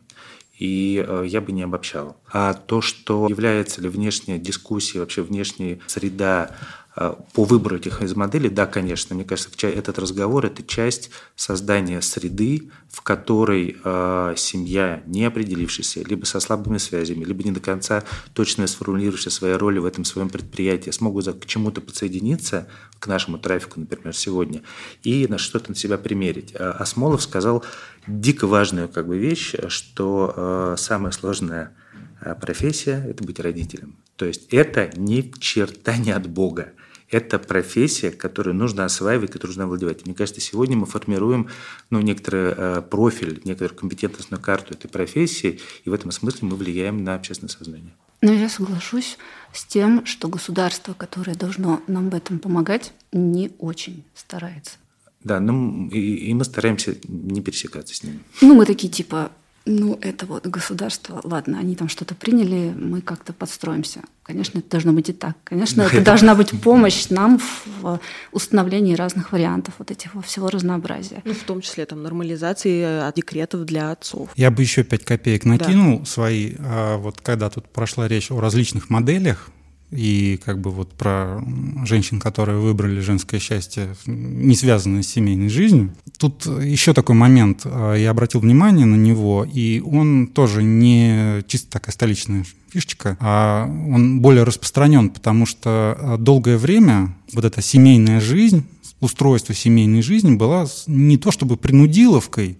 И я бы не обобщал. А то, что является ли внешняя дискуссия, вообще внешняя среда по выбору этих из моделей, да, конечно, мне кажется, этот разговор – это часть создания среды, в которой э, семья, не определившаяся, либо со слабыми связями, либо не до конца точно сформулирующая свои роли в этом своем предприятии, смогут к чему-то подсоединиться, к нашему трафику, например, сегодня, и на что-то на себя примерить. А Асмолов сказал дико важную как бы, вещь, что э, самая сложная профессия – это быть родителем. То есть это ни черта не от Бога. Это профессия, которую нужно осваивать, которую нужно овладевать. Мне кажется, сегодня мы формируем ну, некоторый э, профиль, некоторую компетентностную карту этой профессии, и в этом смысле мы влияем на общественное сознание. Но я соглашусь с тем, что государство, которое должно нам в этом помогать, не очень старается. Да, ну, и, и мы стараемся не пересекаться с ними. Ну, мы такие типа... Ну, это вот государство, ладно, они там что-то приняли, мы как-то подстроимся. Конечно, это должно быть и так. Конечно, это должна быть помощь нам в установлении разных вариантов вот этих всего разнообразия. Ну, в том числе там нормализации декретов для отцов. Я бы еще пять копеек накинул да. свои, вот когда тут прошла речь о различных моделях, и как бы вот про женщин, которые выбрали женское счастье, не связанное с семейной жизнью. Тут еще такой момент, я обратил внимание на него, и он тоже не чисто такая столичная фишечка, а он более распространен, потому что долгое время вот эта семейная жизнь, устройство семейной жизни была не то чтобы принудиловкой,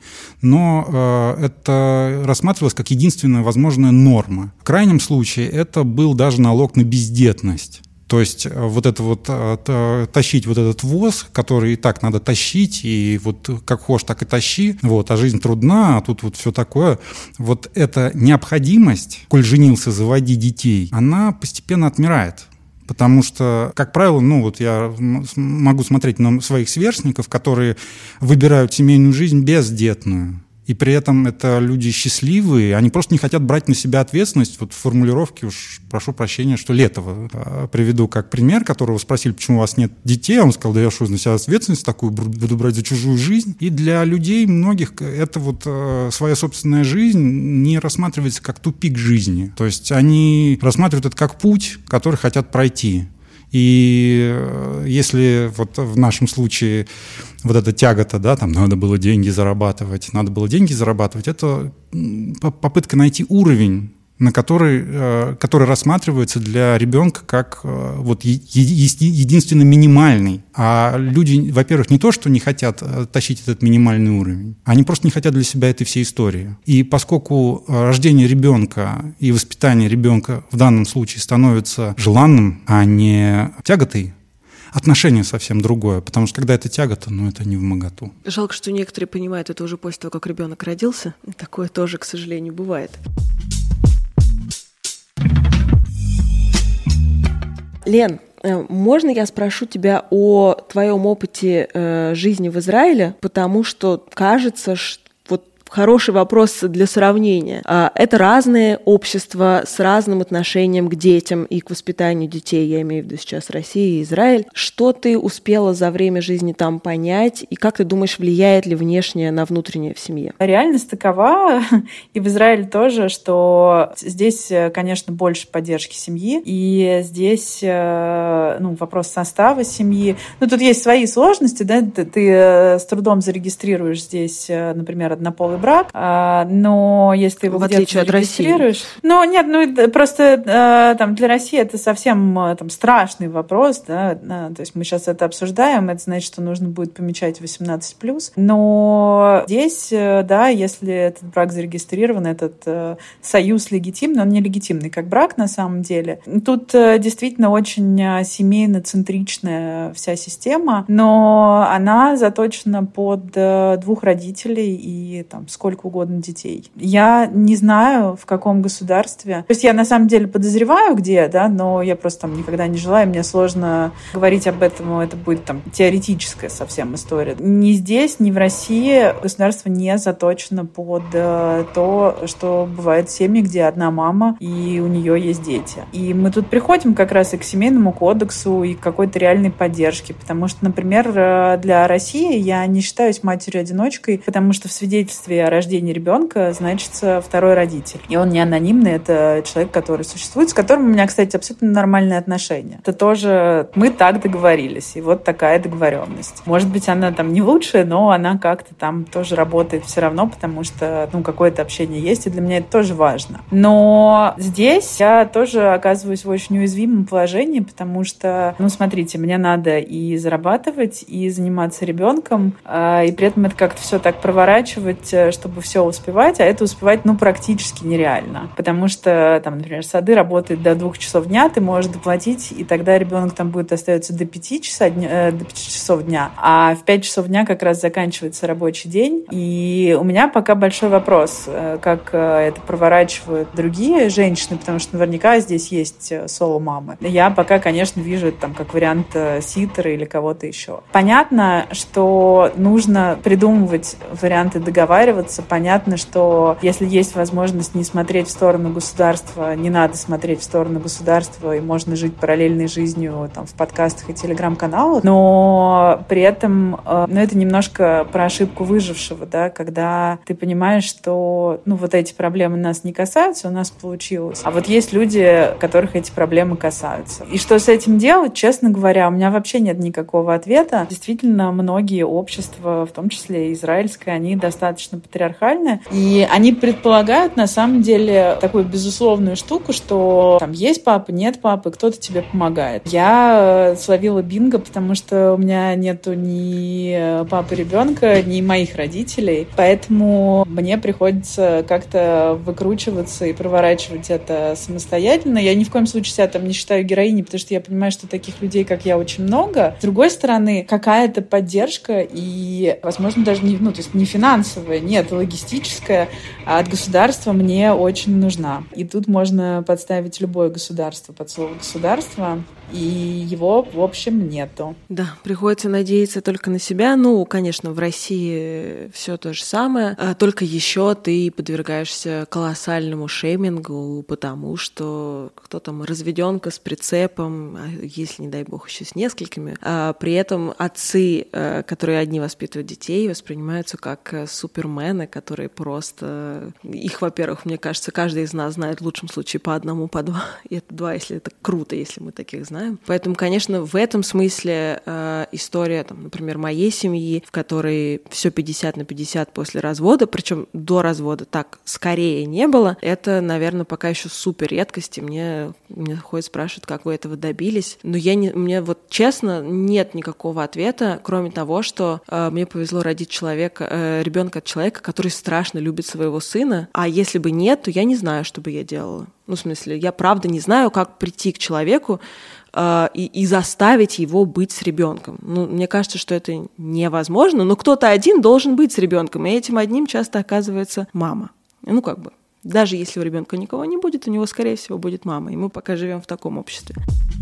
но э, это рассматривалось как единственная возможная норма. В крайнем случае это был даже налог на бездетность. То есть вот это вот тащить вот этот воз, который и так надо тащить, и вот как хочешь, так и тащи, вот, а жизнь трудна, а тут вот все такое. Вот эта необходимость, коль женился, заводи детей, она постепенно отмирает. Потому что, как правило, ну вот я могу смотреть на своих сверстников, которые выбирают семейную жизнь бездетную. И при этом это люди счастливые, они просто не хотят брать на себя ответственность. Вот в формулировке, уж прошу прощения, что Летова приведу как пример, которого спросили, почему у вас нет детей. Он сказал, да я что, на себя ответственность такую буду брать за чужую жизнь. И для людей многих это вот своя собственная жизнь не рассматривается как тупик жизни. То есть они рассматривают это как путь, который хотят пройти. И если вот в нашем случае вот эта тяга-то, да, там надо было деньги зарабатывать, надо было деньги зарабатывать, это попытка найти уровень, на который, который рассматривается для ребенка как вот единственно минимальный. А люди, во-первых, не то, что не хотят тащить этот минимальный уровень, они просто не хотят для себя этой всей истории. И поскольку рождение ребенка и воспитание ребенка в данном случае становится желанным, а не тяготой, отношение совсем другое, потому что когда это тягота, ну это не вмоготу. Жалко, что некоторые понимают это уже после того, как ребенок родился. Такое тоже, к сожалению, бывает. Лен, можно я спрошу тебя о твоем опыте э, жизни в Израиле, потому что кажется, что вот хороший вопрос для сравнения. Это разные общества с разным отношением к детям и к воспитанию детей. Я имею в виду сейчас Россию и Израиль. Что ты успела за время жизни там понять? И как ты думаешь, влияет ли внешнее на внутреннее в семье? Реальность такова, и в Израиле тоже, что здесь, конечно, больше поддержки семьи. И здесь ну, вопрос состава семьи. Ну, тут есть свои сложности, да? Ты, ты с трудом зарегистрируешь здесь, например, однополый брак, но если ты его в где-то зарегистрируешь... Ну, нет, ну, просто там, для России это совсем там, страшный вопрос, да, то есть мы сейчас это обсуждаем, это значит, что нужно будет помечать восемнадцать плюс, но здесь, да, если этот брак зарегистрирован, этот союз легитимный, он не легитимный как брак на самом деле. Тут действительно очень семейно-центричная вся система, но она заточена под двух родителей и там там сколько угодно детей. Я не знаю, в каком государстве. То есть я на самом деле подозреваю, где, да, но я просто там никогда не жила, и мне сложно говорить об этом, это будет там теоретическая совсем история. Ни здесь, ни в России государство не заточено под то, что бывает в семье, где одна мама, и у нее есть дети. И мы тут приходим как раз и к семейному кодексу, и к какой-то реальной поддержке, потому что, например, для России я не считаюсь матерью-одиночкой, потому что в свидетельстве о рождении ребенка значится второй родитель. И он не анонимный, это человек, который существует, с которым у меня, кстати, абсолютно нормальные отношения. Это тоже мы так договорились, и вот такая договоренность. Может быть, она там не лучшая, но она как-то там тоже работает все равно, потому что, ну, какое-то общение есть, и для меня это тоже важно. Но здесь я тоже оказываюсь в очень уязвимом положении, потому что, ну, смотрите, мне надо и зарабатывать, и заниматься ребенком, и при этом это как-то все так проворачивать, чтобы все успевать, а это успевать, ну, практически нереально. Потому что, там, например, сады работают до двух часов дня, ты можешь доплатить, и тогда ребенок там будет остается до пяти часа дня, до пяти часов дня, а в пять часов дня как раз заканчивается рабочий день. И у меня пока большой вопрос, как это проворачивают другие женщины, потому что наверняка здесь есть соло-мамы. Я пока, конечно, вижу это там как вариант ситтера или кого-то еще. Понятно, что нужно придумывать варианты договариваться. Понятно, что если есть возможность не смотреть в сторону государства, не надо смотреть в сторону государства, и можно жить параллельной жизнью там, в подкастах и телеграм-каналах. Но при этом, ну, это немножко про ошибку выжившего, да, когда ты понимаешь, что, ну, вот эти проблемы нас не касаются, у нас получилось. А вот есть люди, которых эти проблемы касаются. И что с этим делать, честно говоря, у меня вообще нет никакого ответа. Действительно, многие общества, в том числе и израильское, они достаточно патриархальны. И они предполагают, на самом деле, такую безусловную штуку, что там есть папа, нет папы, кто-то тебе помогает. Я словила бинго, потому что у меня нету ни папы ребенка, ни моих родителей. Поэтому мне приходится как-то выкручиваться и проворачивать это самостоятельно. Я ни в коем случае себя там не считаю героиней, потому что я понимаю, что таких людей, как я, очень много. С другой стороны, какая-то поддержка и, возможно, даже не, ну, то есть не финансовая, нет, логистическая от государства мне очень нужна. И тут можно подставить любое государство под слово «государство», и его, в общем, нету. Да, приходится надеяться только на себя. Ну, конечно, в России все то же самое, только еще ты подвергаешься колоссальному шеймингу, потому что кто там разведенка с прицепом, если, не дай бог, еще с несколькими. А при этом отцы, которые одни воспитывают детей, воспринимаются как супермены, которые просто... Их, во-первых, мне кажется, каждый из нас знает в лучшем случае по одному, по два. И это два, если это круто, если мы таких знаем. Поэтому, конечно, в этом смысле э, история, там, например, моей семьи, в которой все пятьдесят на пятьдесят после развода, причем до развода так скорее не было, это, наверное, пока еще супер редкость, и мне, мне ходят спрашивают, как вы этого добились. Но я не, мне вот честно нет никакого ответа, кроме того, что э, мне повезло родить человека, э, ребенка от человека, который страшно любит своего сына, а если бы нет, то я не знаю, что бы я делала. Ну, в смысле, я правда не знаю, как прийти к человеку э, и, и заставить его быть с ребенком. Ну, мне кажется, что это невозможно, но кто-то один должен быть с ребенком, и этим одним часто оказывается мама. Ну, как бы, даже если у ребенка никого не будет, у него, скорее всего, будет мама, и мы пока живем в таком обществе.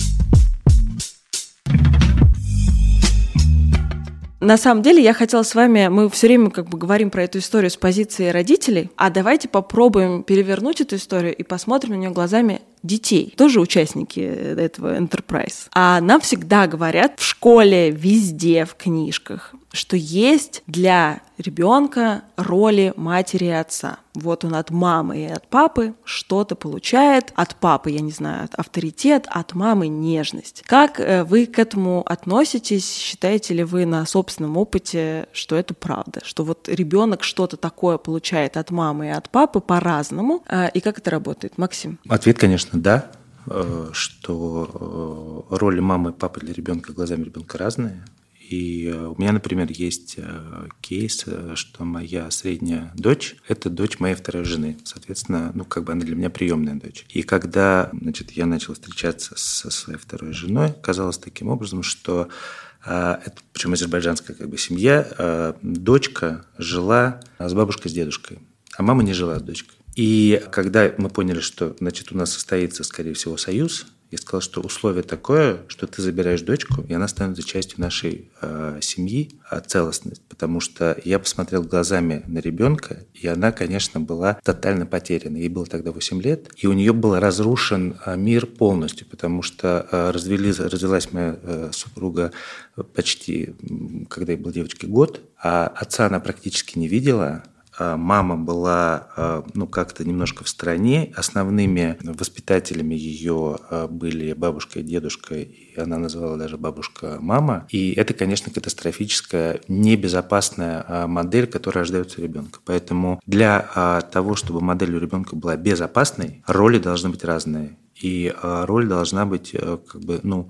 На самом деле, я хотела с вами, мы все время как бы говорим про эту историю с позиции родителей, а давайте попробуем перевернуть эту историю и посмотрим на нее глазами детей, тоже участники этого enterprise. А нам всегда говорят в школе, везде, в книжках, что есть для ребенка роли матери и отца. Вот он от мамы и от папы что-то получает. От папы, я не знаю, авторитет, от мамы нежность. Как вы к этому относитесь? Считаете ли вы на собственном опыте, что это правда? Что вот ребенок что-то такое получает от мамы и от папы по-разному? И как это работает? Максим? Ответ, конечно, да, что роли мамы и папы для ребенка глазами ребенка разные. И у меня, например, есть кейс, что моя средняя дочь – это дочь моей второй жены. Соответственно, ну, как бы она для меня приемная дочь. И когда, значит, я начал встречаться со своей второй женой, казалось таким образом, что это, причем азербайджанская как бы семья, дочка жила с бабушкой, с дедушкой, а мама не жила с дочкой. И когда мы поняли, что, значит, у нас состоится, скорее всего, союз, я сказал, что условие такое, что ты забираешь дочку, и она становится частью нашей э, семьи, э, целостность. Потому что я посмотрел глазами на ребенка, и она, конечно, была тотально потеряна. Ей было тогда восемь лет, и у нее был разрушен э, мир полностью, потому что э, развели, развелась моя э, супруга почти, когда ей был девочке год, а отца она практически не видела. Мама была, ну, как-то немножко в стороне. Основными воспитателями ее были бабушка и дедушка, и она называла даже бабушка мама. И это, конечно, катастрофическая, небезопасная модель, которая рождается у ребенка. Поэтому для того, чтобы модель у ребенка была безопасной, роли должны быть разные. И роль должна быть, как бы, ну,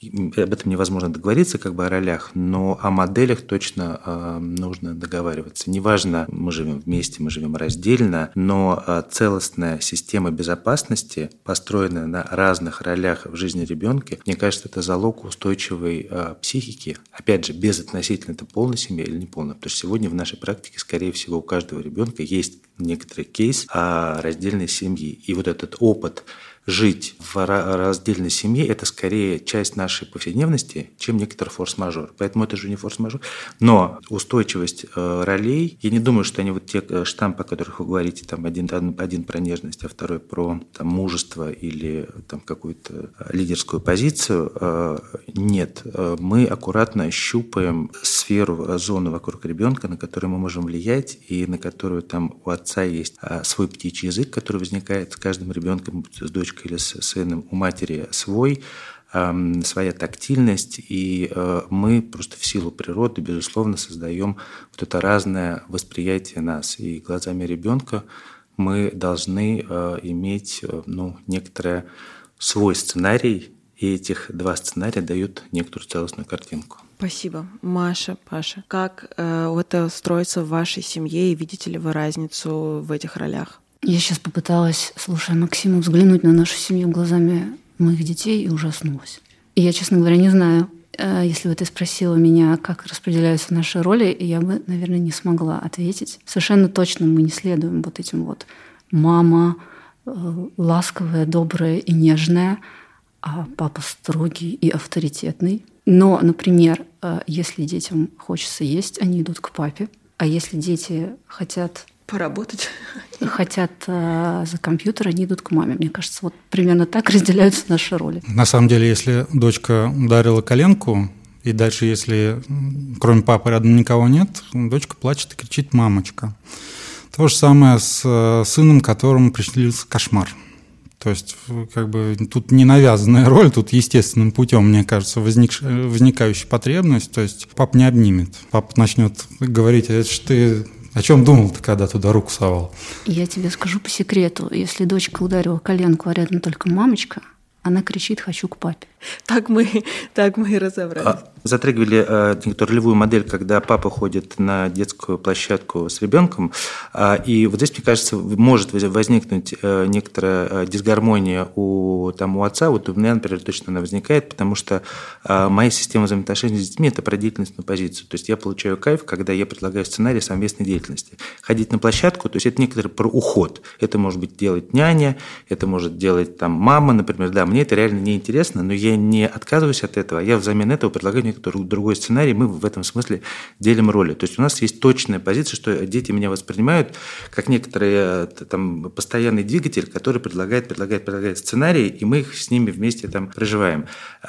об этом невозможно договориться, как бы о ролях, но о моделях точно э, нужно договариваться. Неважно, мы живем вместе, мы живем раздельно, но э, целостная система безопасности, построенная на разных ролях в жизни ребенка, мне кажется, это залог устойчивой э, психики. Опять же, безотносительно это полная семья или не полная, потому что сегодня в нашей практике, скорее всего, у каждого ребенка есть некоторый кейс э, раздельной семьи. И вот этот опыт жить в раздельной семье – это скорее часть нашей повседневности, чем некоторый форс-мажор. Поэтому это же не форс-мажор. Но устойчивость э, ролей, я не думаю, что они вот те штампы, о которых вы говорите, там один, один про нежность, а второй про там, мужество или там, какую-то лидерскую позицию. Э, нет. Мы аккуратно щупаем сферу, зону вокруг ребенка, на которую мы можем влиять, и на которую там у отца есть свой птичий язык, который возникает с каждым ребенком, с дочкой или с сыном, у матери свой, э, своя тактильность, и э, мы просто в силу природы, безусловно, создаем вот это разное восприятие нас. И глазами ребенка мы должны э, иметь э, ну, некоторый свой сценарий, и этих два сценария дают некоторую целостную картинку. Спасибо. Маша, Паша, как э, это строится в вашей семье, и видите ли вы разницу в этих ролях? Я сейчас попыталась, слушая Максима, взглянуть на нашу семью глазами моих детей и ужаснулась. И я, честно говоря, не знаю, если бы ты спросила меня, как распределяются наши роли, я бы, наверное, не смогла ответить. Совершенно точно мы не следуем вот этим вот мама ласковая, добрая и нежная, а папа строгий и авторитетный. Но, например, если детям хочется есть, они идут к папе, а если дети хотят поработать. Хотят э, за компьютер, они идут к маме. Мне кажется, вот примерно так разделяются наши роли. На самом деле, если дочка ударила коленку, и дальше, если кроме папы рядом никого нет, дочка плачет и кричит «мамочка». То же самое с сыном, которому приснился кошмар. То есть, как бы, тут не навязанная роль, тут естественным путем, мне кажется, возник, возникающая потребность. То есть, папа не обнимет. Папа начнет говорить: это ж ты... О чем думал ты, когда туда руку совал? Я тебе скажу по секрету. Если дочка ударила коленку, а рядом только мамочка, она кричит «хочу к папе». Так мы, так мы и разобрались. А, затрагивали э, ролевую модель, когда папа ходит на детскую площадку с ребенком. А, и вот здесь, мне кажется, может возникнуть э, некоторая э, дисгармония у, там, у отца. Вот у меня, например, точно она возникает, потому что э, моя система взаимоотношений с детьми – это про деятельностную позицию. То есть я получаю кайф, когда я предлагаю сценарий совместной деятельности. Ходить на площадку, то есть это некоторый про уход. Это может быть делать няня, это может делать там, мама, например. Да, мне это реально неинтересно, но я не отказываюсь от этого, я взамен этого предлагаю некоторый другой сценарий, мы в этом смысле делим роли. То есть у нас есть точная позиция, что дети меня воспринимают как некоторый там, постоянный двигатель, который предлагает, предлагает, предлагает сценарий, и мы их с ними вместе там проживаем.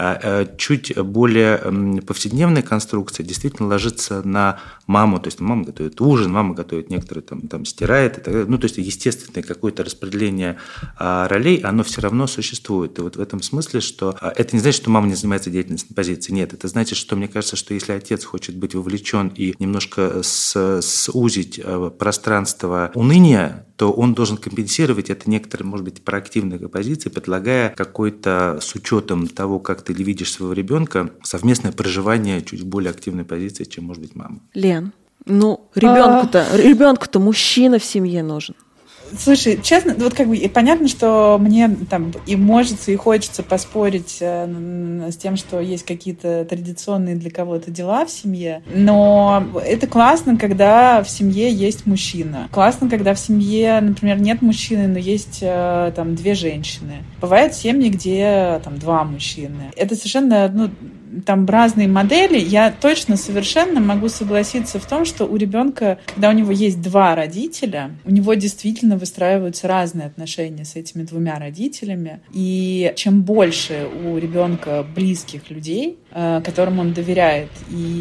Чуть более повседневная конструкция действительно ложится на маму, то есть мама готовит ужин, мама готовит некоторые, там, там стирает и так далее. Ну, то есть естественное какое-то распределение ролей, оно все равно существует. И вот в этом смысле, что это не значит, что мама не занимается деятельностью позиции. Нет, это значит, что мне кажется, что если отец хочет быть вовлечен и немножко с, сузить пространство уныния, то он должен компенсировать это некоторые, может быть, проактивные позиции, предлагая какой-то, с учетом того, как ты видишь своего ребенка, совместное проживание чуть более активной позиции, чем может быть мама. Лен, ну ребенку-то, ребенку-то мужчина в семье нужен. Слушай, честно, вот как бы понятно, что мне там и может, и хочется поспорить э, с тем, что есть какие-то традиционные для кого-то дела в семье, но это классно, когда в семье есть мужчина. Классно, когда в семье, например, нет мужчины, но есть э, там две женщины. Бывают семьи, где там два мужчины. Это совершенно, ну, там разные модели. Я точно совершенно могу согласиться в том, что у ребенка, когда у него есть два родителя, у него действительно выстраиваются разные отношения с этими двумя родителями. И чем больше у ребенка близких людей, которым он доверяет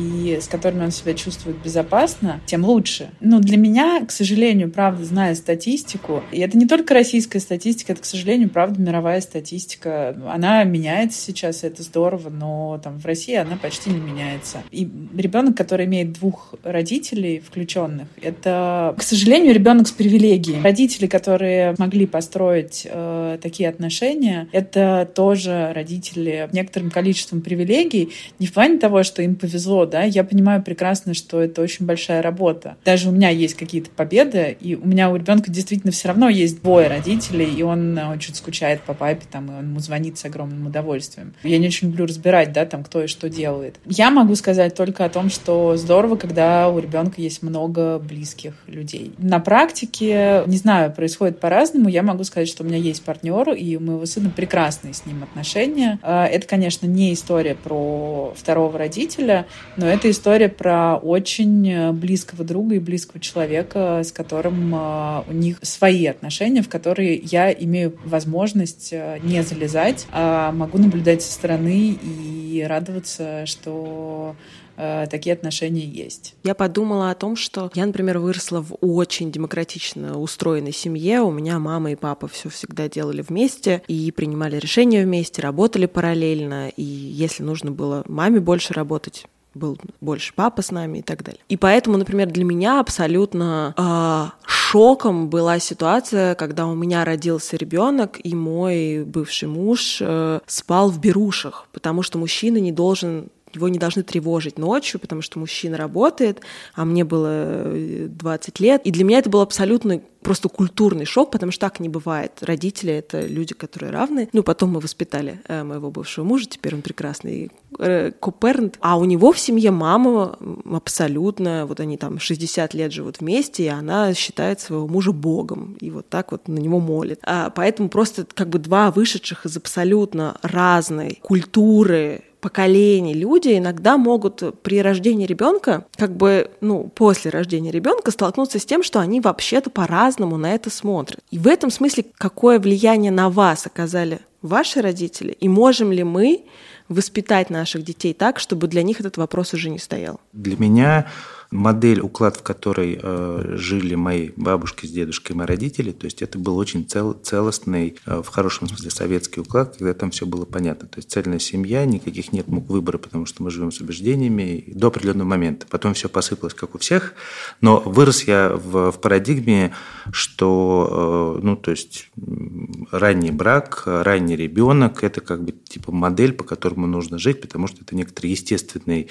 и с которыми он себя чувствует безопасно, тем лучше. Но для меня, к сожалению, правда, зная статистику, и это не только российская статистика, это, к сожалению, правда, мировая статистика, она меняется сейчас, это здорово, но там в России она почти не меняется. И ребенок, который имеет двух родителей включенных, это, к сожалению, ребенок с привилегией. Родители, которые могли построить э, такие отношения, это тоже родители с некоторым количеством привилегий. Не в плане того, что им повезло, да, я понимаю прекрасно, что это очень большая работа. Даже у меня есть какие-то победы, и у меня у ребенка действительно все равно есть двое родителей, и он очень скучает по папе, там, и он ему звонит с огромным удовольствием. Я не очень люблю разбирать, да, там, кто и что делает. Я могу сказать только о том, что здорово, когда у ребенка есть много близких людей. На практике, не знаю, происходит по-разному. Я могу сказать, что у меня есть партнер, и у моего сына прекрасные с ним отношения. Это, конечно, не история про второго родителя, но это история про очень близкого друга и близкого человека, с которым у них свои отношения, в которые я имею возможность не залезать, а могу наблюдать со стороны и радоваться, что такие отношения есть. Я подумала о том, что я, например, выросла в очень демократично устроенной семье. У меня мама и папа все всегда делали вместе и принимали решения вместе, работали параллельно. И если нужно было маме больше работать, был больше папа с нами и так далее. И поэтому, например, для меня абсолютно э, шоком была ситуация, когда у меня родился ребенок, и мой бывший муж э, спал в берушах, потому что мужчина не должен... Его не должны тревожить ночью, потому что мужчина работает, а мне было двадцать лет. И для меня это был абсолютно просто культурный шок, потому что так не бывает. Родители — это люди, которые равны. Ну, потом мы воспитали э, моего бывшего мужа, теперь он прекрасный э, ко-парент. А у него в семье мама абсолютно, вот они там шестьдесят лет живут вместе, и она считает своего мужа богом, и вот так вот на него молит. А, поэтому просто как бы два вышедших из абсолютно разной культуры, поколений люди иногда могут при рождении ребенка, как бы, ну, после рождения ребенка столкнуться с тем, что они вообще-то по-разному на это смотрят. И в этом смысле какое влияние на вас оказали ваши родители, и можем ли мы воспитать наших детей так, чтобы для них этот вопрос уже не стоял? Для меня модель, уклад, в которой э, жили мои бабушки с дедушкой и мои родители, то есть это был очень цел, целостный, э, в хорошем смысле, советский уклад, когда там все было понятно. То есть цельная семья, никаких нет мук выбора, потому что мы живем с убеждениями до определенного момента. Потом все посыпалось, как у всех. Но вырос я в, в парадигме, что, э, ну, то есть ранний брак, ранний ребенок – это как бы типа модель, по которому нужно жить, потому что это некоторый естественный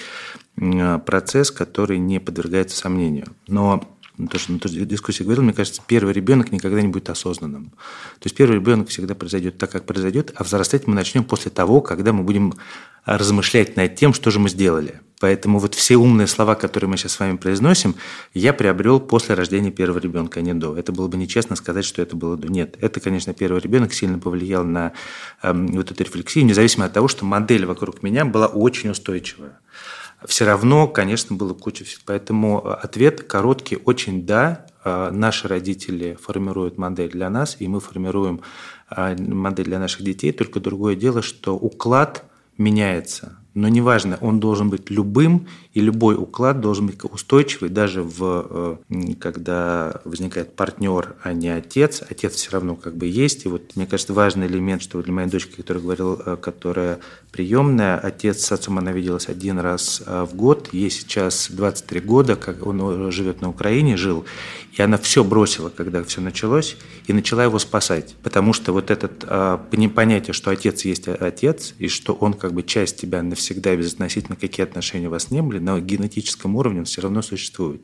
процесс, который не подвергается сомнению. Но то, что на той дискуссии говорил, мне кажется, первый ребенок никогда не будет осознанным. То есть первый ребенок всегда произойдет так, как произойдет, а взрослеть мы начнем после того, когда мы будем размышлять над тем, что же мы сделали. Поэтому вот все умные слова, которые мы сейчас с вами произносим, я приобрел после рождения первого ребенка, а не до. Это было бы нечестно сказать, что это было до. Нет, это, конечно, первый ребенок сильно повлиял на э, вот эту рефлексию, независимо от того, что модель вокруг меня была очень устойчивая. Все равно, конечно, было куча всего. Поэтому ответ короткий, очень да. Наши родители формируют модель для нас, и мы формируем модель для наших детей. Только другое дело, что уклад меняется. Но неважно, он должен быть любым, и любой уклад должен быть устойчивый, даже в, когда возникает партнер, а не отец. Отец все равно как бы есть. И вот, мне кажется, важный элемент, что для моей дочки, которая говорила, которая приемная, отец с отцом она виделась один раз в год. Ей сейчас двадцать три года, как он живет на Украине, жил. И она все бросила, когда все началось, и начала его спасать. Потому что вот это понятие, что отец есть отец, и что он как бы часть тебя навсегда, всегда, безотносительно какие отношения у вас не были, на генетическом уровне он все равно существует.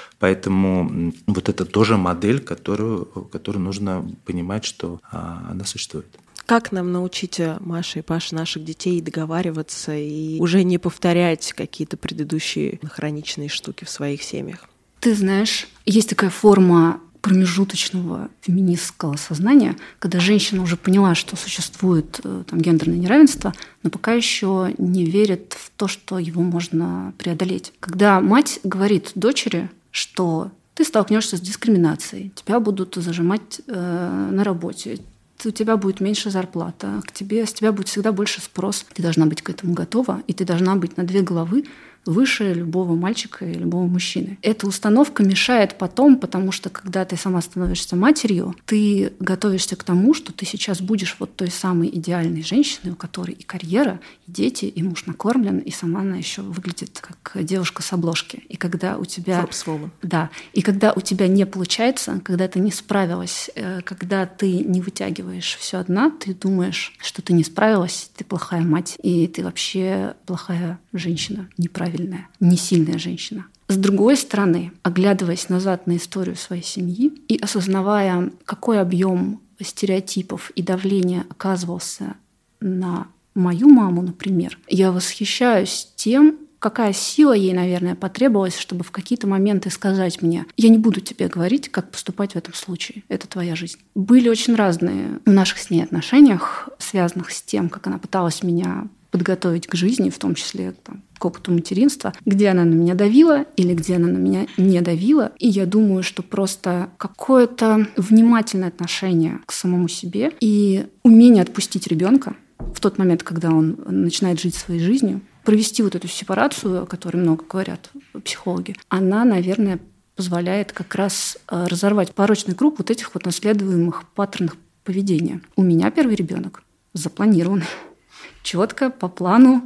Поэтому вот это тоже модель, которую, которую нужно понимать, что а, она существует. Как нам научить, Маша и Паша, наших детей договариваться и уже не повторять какие-то предыдущие хроничные штуки в своих семьях? Ты знаешь, есть такая форма промежуточного феминистского сознания, когда женщина уже поняла, что существует там, гендерное неравенство, но пока еще не верит в то, что его можно преодолеть. Когда мать говорит дочери, что ты столкнешься с дискриминацией, тебя будут зажимать э, на работе, у тебя будет меньше зарплата, к тебе, с тебя будет всегда больше спрос. Ты должна быть к этому готова, и ты должна быть на две головы выше любого мальчика и любого мужчины. Эта установка мешает потом, потому что когда ты сама становишься матерью, ты готовишься к тому, что ты сейчас будешь вот той самой идеальной женщиной, у которой и карьера, и дети, и муж накормлен, и сама она еще выглядит как девушка с обложки. И когда у тебя... Forbes Woman. Да. И когда у тебя не получается, когда ты не справилась, когда ты не вытягиваешь все одна, ты думаешь, что ты не справилась, ты плохая мать, и ты вообще плохая женщина, неправильная. Не сильная женщина. С другой стороны, оглядываясь назад на историю своей семьи и осознавая, какой объем стереотипов и давления оказывался на мою маму, например, я восхищаюсь тем, какая сила ей, наверное, потребовалась, чтобы в какие-то моменты сказать мне: я не буду тебе говорить, как поступать в этом случае. Это твоя жизнь. Были очень разные в наших с ней отношениях, связанных с тем, как она пыталась меня подготовить к жизни, в том числе там, к опыту материнства, где она на меня давила или где она на меня не давила. И я думаю, что просто какое-то внимательное отношение к самому себе и умение отпустить ребенка в тот момент, когда он начинает жить своей жизнью, провести вот эту сепарацию, о которой много говорят психологи, она, наверное, позволяет как раз разорвать порочный круг вот этих вот наследуемых паттернов поведения. У меня первый ребенок запланированный. Четко, по плану,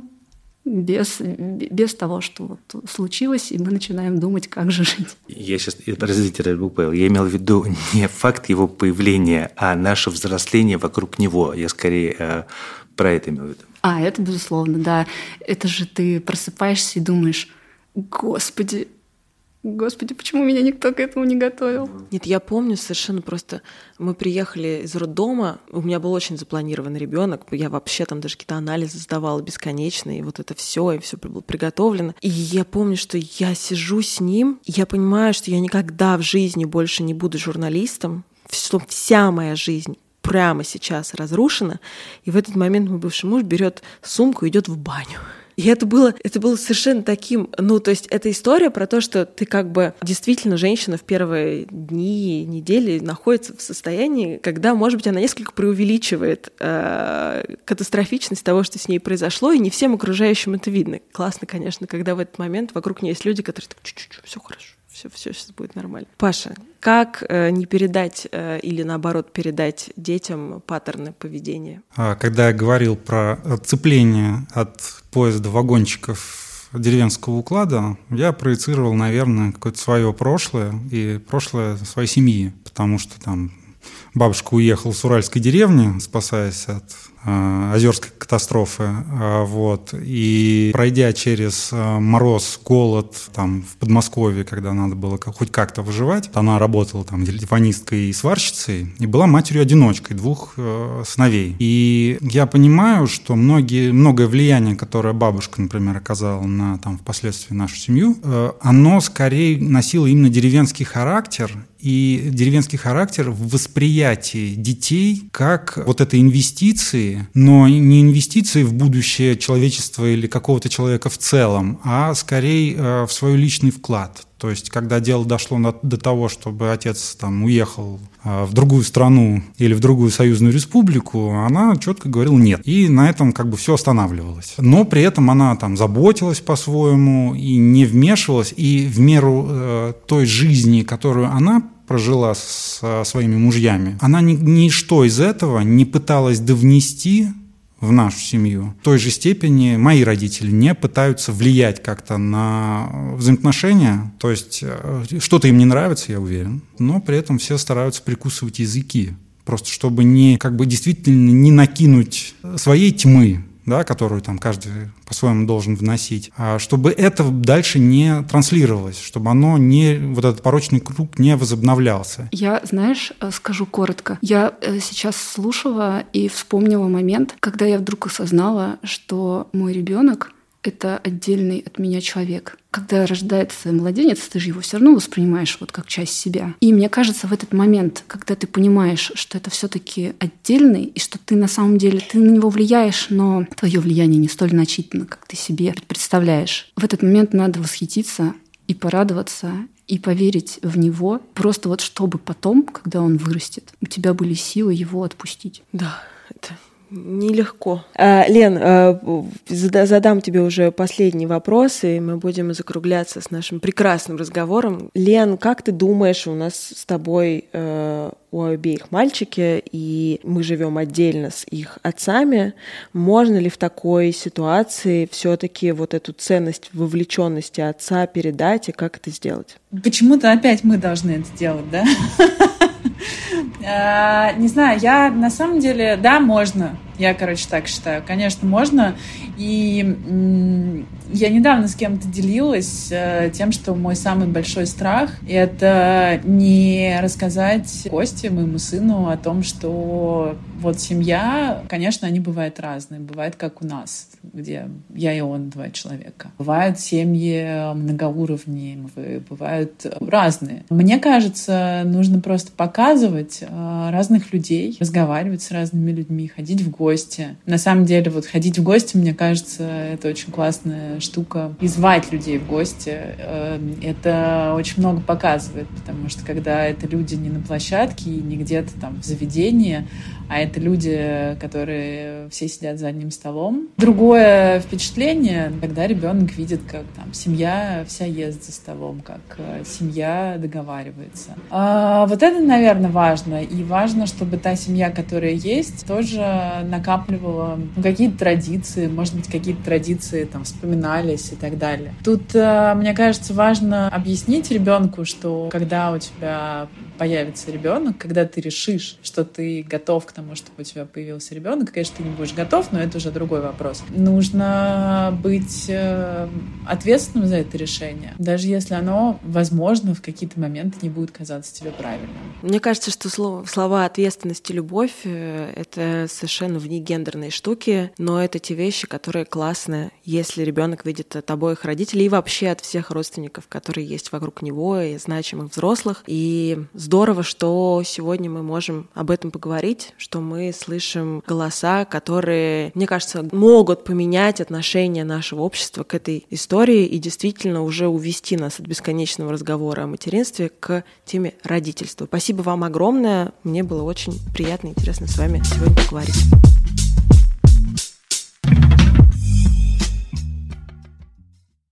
без, без того, что вот случилось, и мы начинаем думать, как же жить. Я сейчас, простите, Павел, я имел в виду не факт его появления, а наше взросление вокруг него. Я скорее э, про это имел в виду. А, это безусловно, да. Это же ты просыпаешься и думаешь: Господи, Господи, почему меня никто к этому не готовил? Нет, я помню совершенно просто... Мы приехали из роддома, у меня был очень запланированный ребенок, я вообще там даже какие-то анализы сдавала бесконечные, и вот это все, и все было приготовлено. И я помню, что я сижу с ним, и я понимаю, что я никогда в жизни больше не буду журналистом, что вся моя жизнь прямо сейчас разрушена, и в этот момент мой бывший муж берет сумку и идет в баню. И это было, это было совершенно таким... Ну, то есть это история про то, что ты как бы... Действительно, женщина в первые дни, недели находится в состоянии, когда, может быть, она несколько преувеличивает э, катастрофичность того, что с ней произошло, и не всем окружающим это видно. Классно, конечно, когда в этот момент вокруг нее есть люди, которые так: чуть-чуть, все хорошо. Все, все сейчас будет нормально. Паша, как э, не передать э, или наоборот передать детям паттерны поведения? Когда я говорил про отцепление от поезда вагончиков деревенского уклада, я проецировал, наверное, какое-то свое прошлое и прошлое своей семьи, потому что там бабушка уехала с уральской деревни, спасаясь от э, озерской катастрофы, э, вот, и пройдя через э, мороз, голод там в Подмосковье, когда надо было как, хоть как-то выживать, она работала там телефонисткой и сварщицей, и была матерью-одиночкой двух э, сыновей. И я понимаю, что многие, многое влияние, которое бабушка, например, оказала на там, впоследствии нашу семью, э, оно скорее носило именно деревенский характер, и деревенский характер в восприятии детей как вот этой инвестиции, но не инвестиции в будущее человечества или какого-то человека в целом, а скорее э, в свой личный вклад. То есть, когда дело дошло на, до того, чтобы отец там, уехал э, в другую страну или в другую союзную республику, она четко говорила «нет». И на этом как бы все останавливалось. Но при этом она там заботилась по-своему и не вмешивалась. И в меру э, той жизни, которую она прожила со своими мужьями, она ни, ничто из этого не пыталась довнести в нашу семью. В той же степени мои родители не пытаются влиять как-то на взаимоотношения. То есть что-то им не нравится, я уверен, но при этом все стараются прикусывать языки. Просто чтобы не, как бы действительно не накинуть своей тьмы да, которую там каждый по-своему должен вносить, а чтобы это дальше не транслировалось, чтобы оно не, вот этот порочный круг не возобновлялся. Я, знаешь, скажу коротко. Я сейчас слушала и вспомнила момент, когда я вдруг осознала, что мой ребенок — это отдельный от меня человек. Когда рождается младенец, ты же его все равно воспринимаешь вот как часть себя. И мне кажется, в этот момент, когда ты понимаешь, что это все-таки отдельный, и что ты на самом деле ты на него влияешь, но твое влияние не столь значительно, как ты себе представляешь. В этот момент надо восхититься и порадоваться, и поверить в него, просто вот чтобы потом, когда он вырастет, у тебя были силы его отпустить. Да, это нелегко. А, Лен, а, задам тебе уже последний вопрос, и мы будем закругляться с нашим прекрасным разговором. Лен, как ты думаешь, у нас с тобой э, у обеих мальчики, и мы живем отдельно с их отцами, можно ли в такой ситуации все-таки вот эту ценность вовлеченности отца передать, и как это сделать? Почему-то опять мы должны это делать, да? Не знаю, я на самом деле, да, можно. Я, короче, так считаю. Конечно, можно. И м- я недавно с кем-то делилась э, тем, что мой самый большой страх — это не рассказать Косте, моему сыну, о том, что вот семья, конечно, они бывают разные. Бывает, как у нас, где я и он, два человека. Бывают семьи многоуровневые, бывают разные. Мне кажется, нужно просто показывать э, разных людей, разговаривать с разными людьми, ходить в гости. Гости. На самом деле, вот ходить в гости, мне кажется, это очень классная штука. И звать людей в гости, это очень много показывает, потому что когда это люди не на площадке и не где-то там в заведении, а это люди, которые все сидят за одним столом. Другое впечатление, когда ребенок видит, как там семья вся ест за столом, как семья договаривается. А вот это, наверное, важно. И важно, чтобы та семья, которая есть, тоже накапливала ну, какие-то традиции, может быть, какие-то традиции там вспоминались и так далее. Тут, мне кажется, важно объяснить ребенку, что когда у тебя появится ребенок, когда ты решишь, что ты готов к тому, чтобы у тебя появился ребенок, конечно, ты не будешь готов, но это уже другой вопрос. Нужно быть ответственным за это решение, даже если оно, возможно, в какие-то моменты не будет казаться тебе правильным. Мне кажется, что слово, слова ответственность и любовь — это совершенно внегендерные штуки, но это те вещи, которые классные, если ребенок видит от обоих родителей и вообще от всех родственников, которые есть вокруг него, и значимых взрослых. И здорово, что сегодня мы можем об этом поговорить, что мы слышим голоса, которые, мне кажется, могут поменять отношение нашего общества к этой истории и действительно уже увести нас от бесконечного разговора о материнстве к теме родительства. Спасибо вам огромное. Мне было очень приятно и интересно с вами сегодня поговорить.